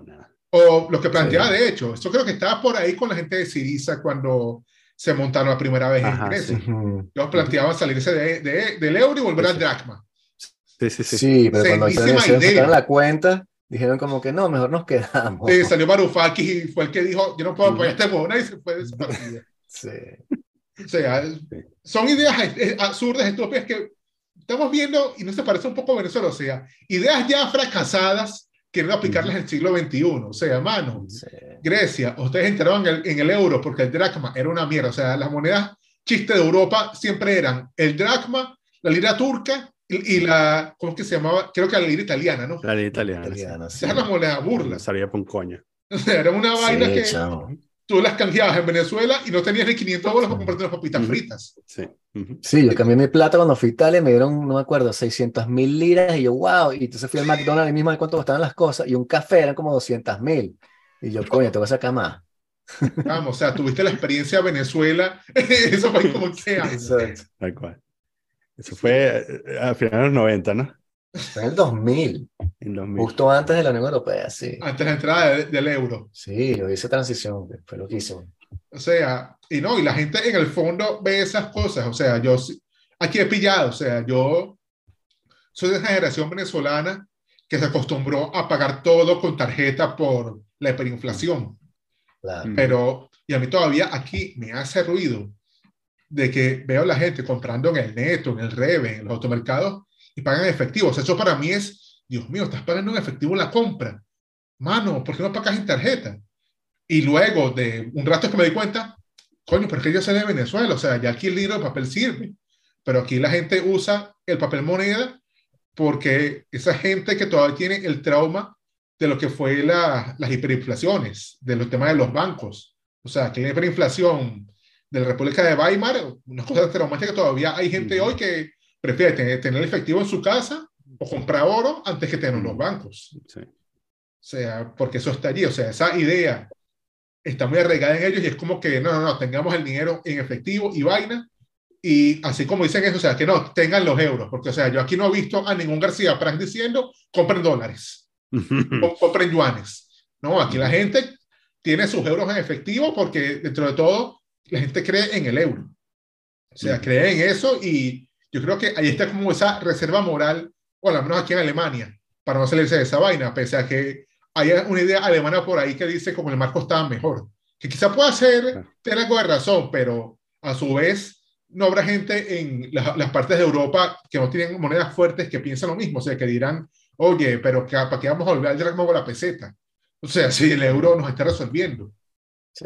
O lo que planteaba, de hecho, esto creo que estaba por ahí con la gente de Syriza cuando se montaron la primera vez en Grecia. Ellos planteaban salirse del euro y volver al dracma. Sí, pero cuando sacaron la cuenta, dijeron como que no, mejor nos quedamos. Sí, salió Varoufakis y fue el que dijo, yo no puedo apoyar este mona, y se fue de su partido. Sí. O sea, son ideas absurdas, estúpidas que estamos viendo y no se parece un poco a Venezuela. O sea, ideas ya fracasadas quieren aplicarlas en el siglo XXI. O sea, mano, Grecia, ustedes entraron en el euro porque el dracma era una mierda. O sea, las monedas chiste de Europa siempre eran el dracma, la lira turca y la, ¿cómo es que se llamaba? Creo que la lira italiana, ¿no? La lira italiana, sí. Esa es la moneda burla. No salía por un coño. O sea, era una vaina que tú las canjeabas en Venezuela y no tenías ni 500 bolas para comprarte unas papitas fritas. Sí, yo cambié mi plata cuando fui a Italia, me dieron, no me acuerdo, 600.000 liras y yo, wow, y entonces fui al McDonald's y mismo de cuánto costaban las cosas y un café eran como 200.000 y yo, coño, te voy a sacar más. Vamos, o sea, tuviste la experiencia Venezuela, eso fue como que Exacto. Tal cual. Eso fue a finales de los 90, ¿no? Fue en el 2000. En 2000. Justo antes de la Unión Europea, sí. Antes de la entrada del euro. Sí, yo hice transición, fue loquísimo. O sea, y la gente en el fondo ve esas cosas. O sea, yo aquí he pillado, o sea, yo soy de esa generación venezolana que se acostumbró a pagar todo con tarjeta por la hiperinflación. Claro. Pero, y a mí todavía aquí me hace ruido de que veo a la gente comprando en el Neto, en el Reve, en los automercados y pagan en efectivo. O sea, eso para mí es, Dios mío, estás pagando en efectivo la compra. Mano, ¿por qué no pagas en tarjeta? Y luego de un rato que me di cuenta, coño, pero es que yo soy de Venezuela, o sea, ya aquí el libro de papel sirve, pero aquí la gente usa el papel moneda porque esa gente que todavía tiene el trauma de lo que fue las hiperinflaciones, de los temas de los bancos. O sea, que la hiperinflación de la República de Weimar, una cosa traumática que todavía hay gente hoy que prefiere tener el efectivo en su casa o comprar oro antes que tener los bancos. Sí. O sea, porque eso está allí. O sea, esa idea está muy arraigada en ellos y es como que no, tengamos el dinero en efectivo y vaina. Y así como dicen eso, o sea, que no, tengan los euros, porque, o sea, yo aquí no he visto a ningún García Pras diciendo, compren dólares, compren yuanes. No, aquí la gente tiene sus euros en efectivo porque, dentro de todo, la gente cree en el euro. O sea, cree en eso y yo creo que ahí está como esa reserva moral, o al menos aquí en Alemania, para no salirse de esa vaina, pese a que hay una idea alemana por ahí que dice como el marco estaba mejor, que quizá pueda ser, tener algo de razón, pero a su vez no habrá gente en las partes de Europa que no tienen monedas fuertes que piensan lo mismo, o sea, que dirán, oye, pero ¿para qué vamos a volver al dracma o la peseta? O sea, si el euro nos está resolviendo. Sí.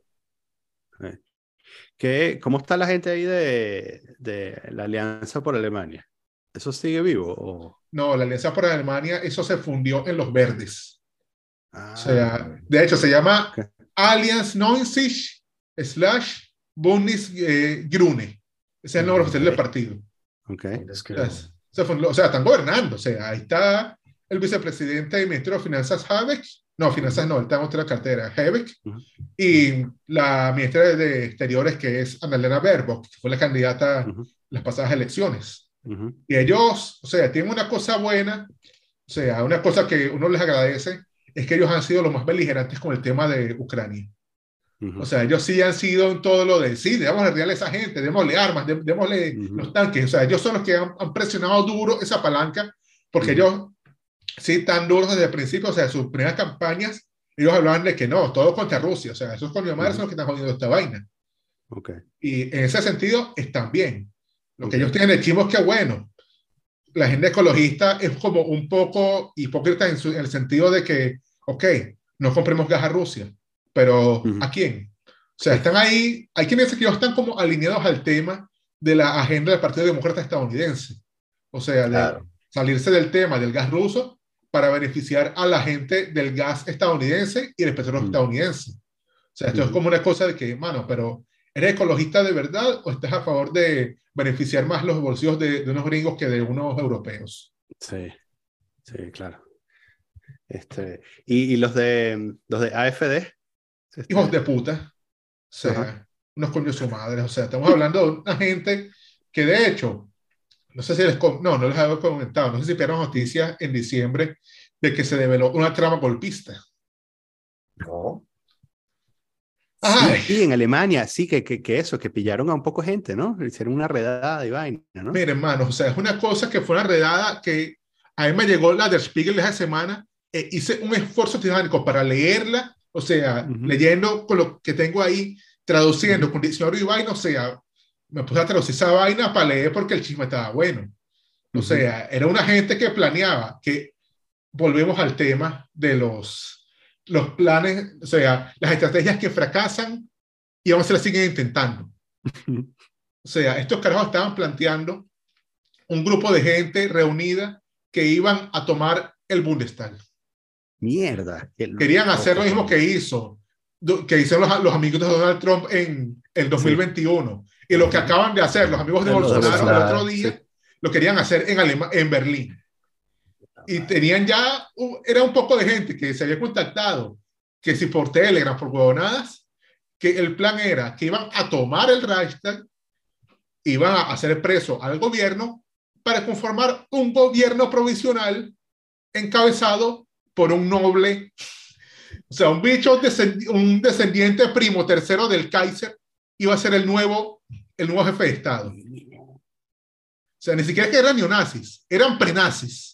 ¿Cómo está la gente ahí de la Alianza por Alemania? ¿Eso sigue vivo? ¿O? No, la Alianza por Alemania, eso se fundió en los verdes. Ah, O sea, de hecho se llama Allianz 90/Bündnisgrüne. Ese es el nombre oficial del partido. Okay. O sea, están gobernando. O sea, ahí está el vicepresidente y ministro de Finanzas, Habeck. No, finanzas no, él está en otra cartera, Habeck. Y la ministra de Exteriores, que es Annalena Baerbock, que fue la candidata a las pasadas elecciones. Y ellos, o sea, tienen una cosa buena, o sea, una cosa que uno les agradece, es que ellos han sido los más beligerantes con el tema de Ucrania. O sea, ellos sí han sido en todo lo de, sí, debemos arreglarle a esa gente, démosle armas, démosle los tanques. O sea, ellos son los que han presionado duro esa palanca, porque ellos sí tan duros desde el principio, o sea, sus primeras campañas, ellos hablaban de que no, todo contra Rusia. O sea, esos coño madres son los que están jodiendo esta vaina. Y en ese sentido están bien. Lo que ellos tienen de chivo es que, bueno, la agenda ecologista es como un poco hipócrita en el sentido de que, ok, no compremos gas a Rusia, pero ¿a quién? O sea, están ahí, hay quienes que ellos están como alineados al tema de la agenda del Partido Demócrata estadounidense. O sea, de salirse del tema del gas ruso para beneficiar a la gente del gas estadounidense y del petróleo estadounidense. O sea, esto es como una cosa de que, mano, pero ¿eres ecologista de verdad o estás a favor de beneficiar más los bolsillos de unos gringos que de unos europeos? Sí, sí, claro. ¿Y los de AfD? Hijos de puta. O sea, unos coños su madre. O sea, estamos hablando de una gente que de hecho, no sé si no les había comentado, no sé si vieron noticias en diciembre de que se develó una trama golpista. No. Sí, en Alemania, sí, que pillaron a un poco gente, ¿no? Hicieron una redada y vaina, ¿no? Miren, hermano, o sea, es una cosa que fue una redada que a mí me llegó la Der Spiegel de esa semana, hice un esfuerzo titánico para leerla, o sea, leyendo con lo que tengo ahí, traduciendo con diccionario y vaina, o sea, me puse a traducir esa vaina para leer porque el chisme estaba bueno. O sea, era una gente que planeaba que, volvemos al tema de los planes, o sea, las estrategias que fracasan y aún se las siguen intentando. O sea, estos carajos estaban planteando un grupo de gente reunida que iban a tomar el Bundestag. Mierda. Querían hacer lo mismo que hicieron los amigos de Donald Trump en el 2021. Y lo que acaban de hacer los amigos de Bolsonaro el otro día, lo querían hacer en Berlín. Y tenían ya, era un poco de gente que se había contactado, que si por Telegram, por huevonadas, que el plan era que iban a tomar el Reichstag, iban a hacer preso al gobierno para conformar un gobierno provisional encabezado por un noble, o sea, un bicho, un descendiente primo tercero del Kaiser, iba a ser el nuevo jefe de Estado. O sea, ni siquiera que eran neonazis, eran prenazis.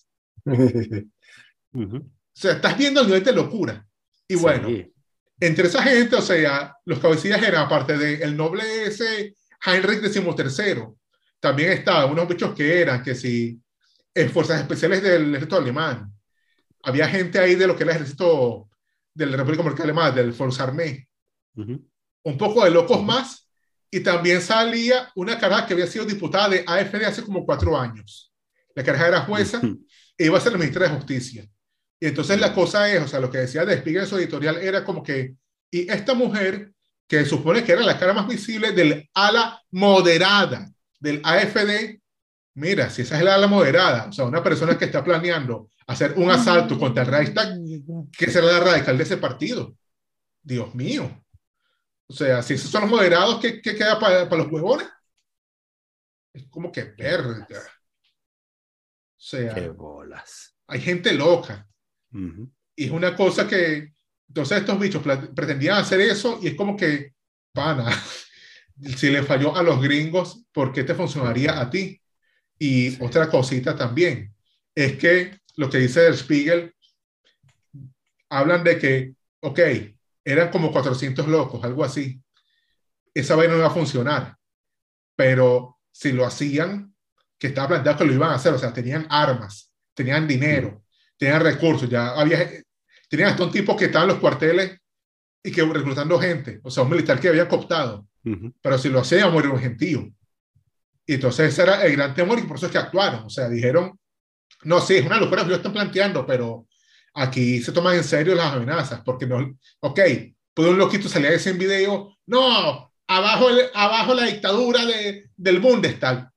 O sea, estás viendo el nivel de locura. Y bueno, entre esa gente, o sea, los cabecillas eran, aparte del noble ese Heinrich XIII. También estaban unos bichos que eran, que si, fuerzas especiales del ejército alemán. Había gente ahí de lo que era el ejército de la República Democrática Alemana, del Volksarmee. Un poco de locos más. Y también salía una caraja que había sido diputada de AfD hace como 4 años. La caraja era jueza e iba a ser la ministra de Justicia. Y entonces la cosa es, o sea, lo que decía de Spiegel en su editorial era como que, y esta mujer, que supone que era la cara más visible del ala moderada del AfD, mira, si esa es la ala moderada, o sea, una persona que está planeando hacer un asalto contra el Reichstag, ¿qué será la radical de ese partido? Dios mío. O sea, si esos son los moderados, ¿qué queda para los huevones? Es como que verga. O sea, qué bolas. hay gente loca. Y es una cosa que, entonces estos bichos pretendían hacer eso y es como que, pana, si le falló a los gringos, ¿por qué te funcionaría a ti? Y otra cosita también, es que lo que dice Der Spiegel, hablan de que, ok, eran como 400 locos, algo así. Esa vaina no iba a funcionar. Pero si lo hacían, que estaba planteado que lo iban a hacer, o sea, tenían armas, tenían dinero, tenían recursos, tenían hasta un tipo que estaba en los cuarteles y que reclutando gente, o sea, un militar que había cooptado. Pero si lo hacían, iba a morir un gentío. Y entonces ese era el gran temor y por eso es que actuaron. O sea, dijeron, no, sí, es una locura que ellos están planteando, pero aquí se toman en serio las amenazas, porque no, ok, puede un loquito salir a decir en video, no, abajo la dictadura del Bundestag,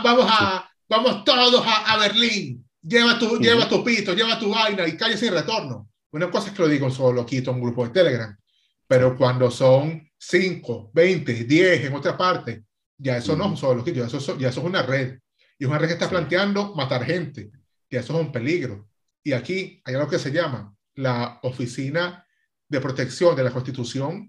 vamos todos a Berlín, lleva tu pito, lleva tu vaina y calle sin retorno. Una cosa es que lo digo solo loquito en un grupo de Telegram, pero cuando son 5, 20, 10 en otra parte, ya eso no es solo loquito, ya eso es una red, y es una red que está planteando matar gente, y eso es un peligro. Y aquí hay algo que se llama la Oficina de Protección de la Constitución,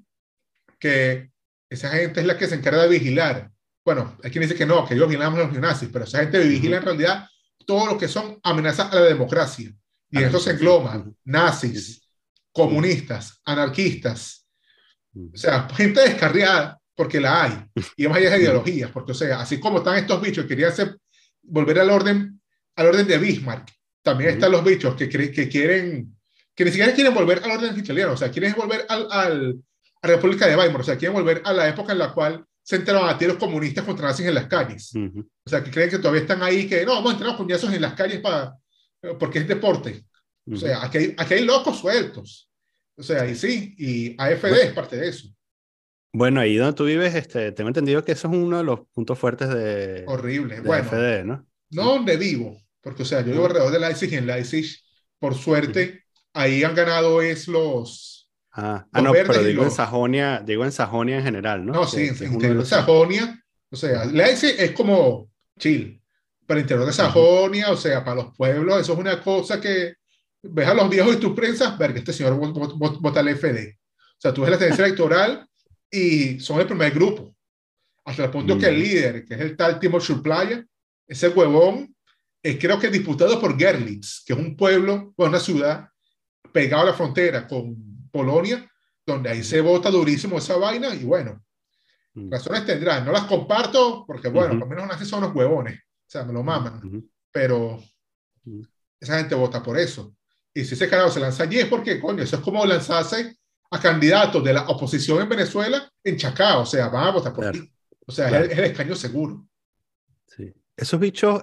que esa gente es la que se encarga de vigilar. Bueno, hay quien dice que no, que ellos vigilamos a los neonazis, pero esa gente vigila en realidad todo lo que son amenazas a la democracia. Y en esto se engloban nazis, comunistas, anarquistas, o sea, gente descarriada, porque la hay. Y más allá de ideologías, porque, o sea, así como están estos bichos que querían volver al orden de Bismarck, también están los bichos que quieren, que ni siquiera quieren volver al orden hitleriano, o sea, quieren volver a la República de Weimar, o sea, quieren volver a la época en la cual se entraban a tiros comunistas contra nazis en las calles. O sea, que creen que todavía están ahí, que no, vamos a entrar con puñazos en las calles porque es deporte. O sea, aquí hay locos sueltos. O sea, y sí, y AfD es parte de eso. Bueno, ahí donde tú vives, tengo entendido que eso es uno de los puntos fuertes de horrible. De bueno, AfD, ¿no? No donde vivo, porque, o sea, yo vivo alrededor de Leipzig y en Leipzig, por suerte, ahí han ganado los no, verdes pero y digo en Sajonia en general, ¿no? No, sí, Que en es uno de interior de los... Sajonia, o sea, Leipzig es como chill, pero interior de Sajonia, o sea, para los pueblos, eso es una cosa que ves a los viejos y tú piensas, verga, este señor vota al FD. O sea, tú ves la tendencia electoral y son el primer grupo, hasta el punto que el líder, que es el tal Timo Schulplaya, ese huevón, es creo que diputado por Görlitz, que es un pueblo, bueno, una ciudad pegado a la frontera con Polonia, donde ahí se vota durísimo esa vaina, y bueno, razones tendrán. No las comparto porque, bueno, por lo menos nazis son unos huevones, o sea, me lo maman, pero esa gente vota por eso. Y si ese carajo se lanza allí es porque, coño, eso es como lanzarse a candidatos de la oposición en Venezuela en Chacao, o sea, van a votar por ti. O sea, es el escaño seguro. Sí. Esos bichos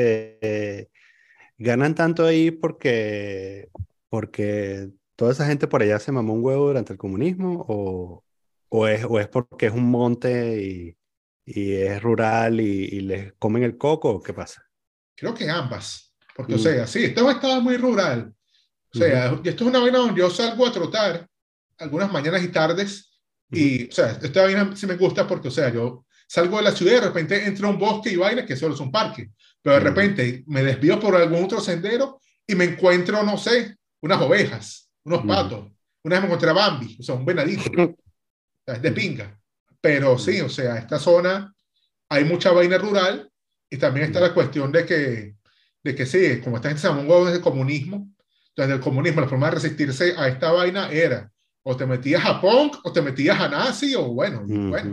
ganan tanto ahí porque toda esa gente por allá se mamó un huevo durante el comunismo o es porque es un monte y es rural y les comen el coco, ¿o qué pasa? Creo que ambas, porque, o sea, sí, esto estaba muy rural. O sea, esto es una vaina donde yo salgo a trotar algunas mañanas y tardes y, o sea, esta vaina sí me gusta porque, o sea, yo salgo de la ciudad y de repente entro a un bosque y vaina que solo es un parque, pero de repente me desvío por algún otro sendero y me encuentro, no sé, unas ovejas, unos patos, una vez me encontré a Bambi, o sea, un venadito, o sea, es de pinga, pero sí, o sea, esta zona hay mucha vaina rural y también está la cuestión de que sí, como esta gente se llamó desde el comunismo, desde el comunismo la forma de resistirse a esta vaina era o te metías a punk o te metías a nazi o bueno, bueno.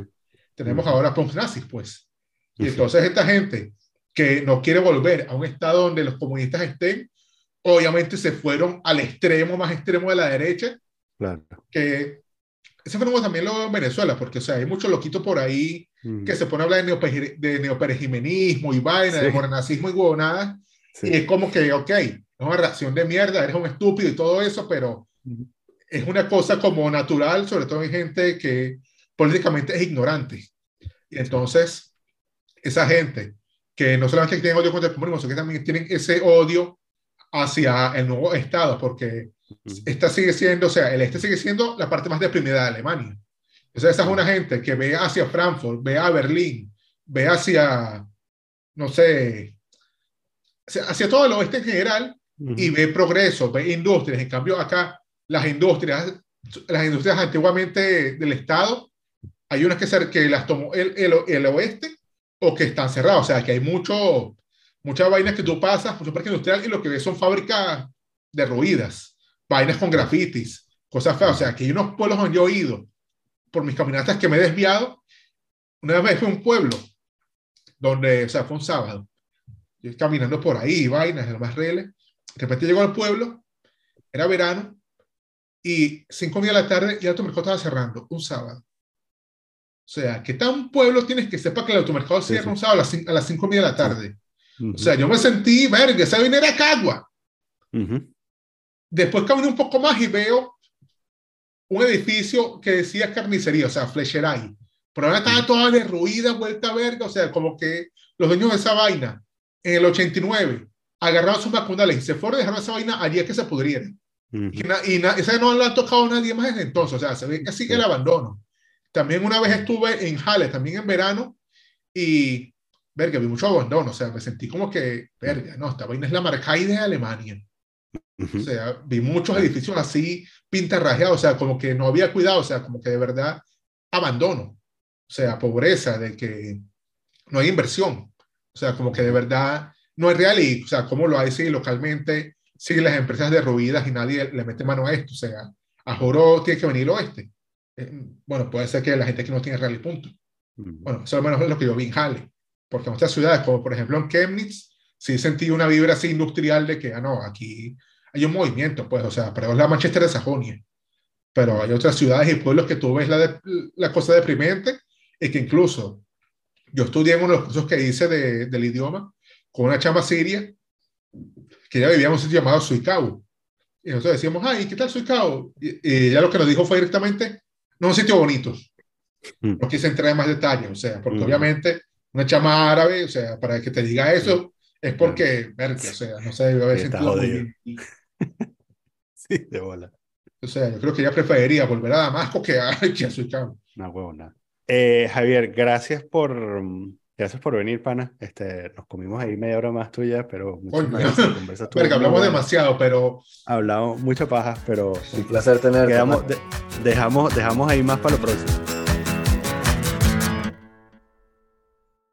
tenemos ahora punks nazis, pues. Y entonces esta gente que no quiere volver a un estado donde los comunistas estén, obviamente se fueron al extremo, más extremo de la derecha, Claro. que ese fenómeno también lo veo en Venezuela, porque o sea, hay muchos loquitos por ahí que se ponen a hablar de neoperejimenismo y vaina, Sí. de morenacismo y huevonadas, Sí. y es como que, ok, es una reacción de mierda, eres un estúpido y todo eso, pero es una cosa como natural, sobre todo en gente que políticamente es ignorante. Y entonces, esa gente que no solamente tienen odio contra el comunismo, sino que también tienen ese odio hacia el nuevo Estado, porque esta sigue siendo, o sea, el este sigue siendo la parte más deprimida de Alemania. Entonces, esa es una gente que ve hacia Frankfurt, ve a Berlín, ve hacia, no sé, hacia todo el oeste en general y ve progreso, ve industrias. En cambio, acá las industrias antiguamente del Estado, hay unas que las tomó el oeste o que están cerradas. O sea, que hay muchas vainas que tú pasas, mucho parque industrial y lo que ves son fábricas derruidas, vainas con grafitis, cosas feas. O sea, que hay unos pueblos donde yo he ido por mis caminatas que me he desviado. Una vez fue un pueblo donde, o sea, fue un sábado. Yo caminando por ahí, vainas, en lo más reales. De repente llegó al pueblo, era verano, y 5 de la tarde y el automercado estaba cerrando, un sábado. O sea, ¿qué tan pueblo tienes que sepa que el automercado cierra un sábado a las 5 de la tarde? O sea, yo me sentí, verga, esa vaina era Cagua. Después caminé un poco más y veo un edificio que decía carnicería, o sea, Flecheray. Pero ahora estaba toda derruida, vuelta verga, o sea, como que los dueños de esa vaina, en el 89, agarraron sus vacunales y se fueron y dejaron esa vaina allí a que se pudriera. Esa no la ha tocado nadie más desde entonces, o sea, se ve que sigue el abandono. También una vez estuve en Halle, también en verano, y, verga, vi mucho abandono, o sea, me sentí como que, verga, no, esta vaina es la Marcaide de Alemania. O sea, vi muchos edificios así, pintarrajeados, o sea, como que no había cuidado, o sea, como que de verdad abandono, o sea, pobreza, de que no hay inversión, o sea, como que de verdad no es real y, o sea, como lo hay, sí, localmente, siguen las empresas derruidas y nadie le mete mano a esto, o sea, a juro tiene que venir el oeste. Bueno, puede ser que la gente aquí no tiene real y punto. Bueno, eso al menos es lo que yo vi en Halle, porque en otras ciudades, como por ejemplo en Chemnitz, sí sentí una vibra así industrial de que, no, aquí hay un movimiento, pues, o sea, pero es la Manchester de Sajonia, pero hay otras ciudades y pueblos que tú ves la cosa deprimente, y que incluso yo estudié en uno de los cursos que hice del idioma con una chama siria que ya vivía en un sitio llamado Suicau. Y nosotros decíamos, ay, ¿qué tal Suicau? Y ella lo que nos dijo fue directamente, no es un sitio bonito. No quise entrar en más detalles, o sea, porque obviamente una chama árabe, o sea, para que te diga eso, es porque, verga, o sea, no se debe haber sentido muy bien. Sí, de bola. O sea, yo creo que ella preferiría volver a Damasco que a Suicau. No, huevo, nada. Javier, gracias por venir, pana. Nos comimos ahí media hora más tuya, pero muchas gracias. Verga, hablamos demasiado, pero... Hablamos mucha paja, pero... Un placer tenerte. Dejamos ahí más para lo próximo.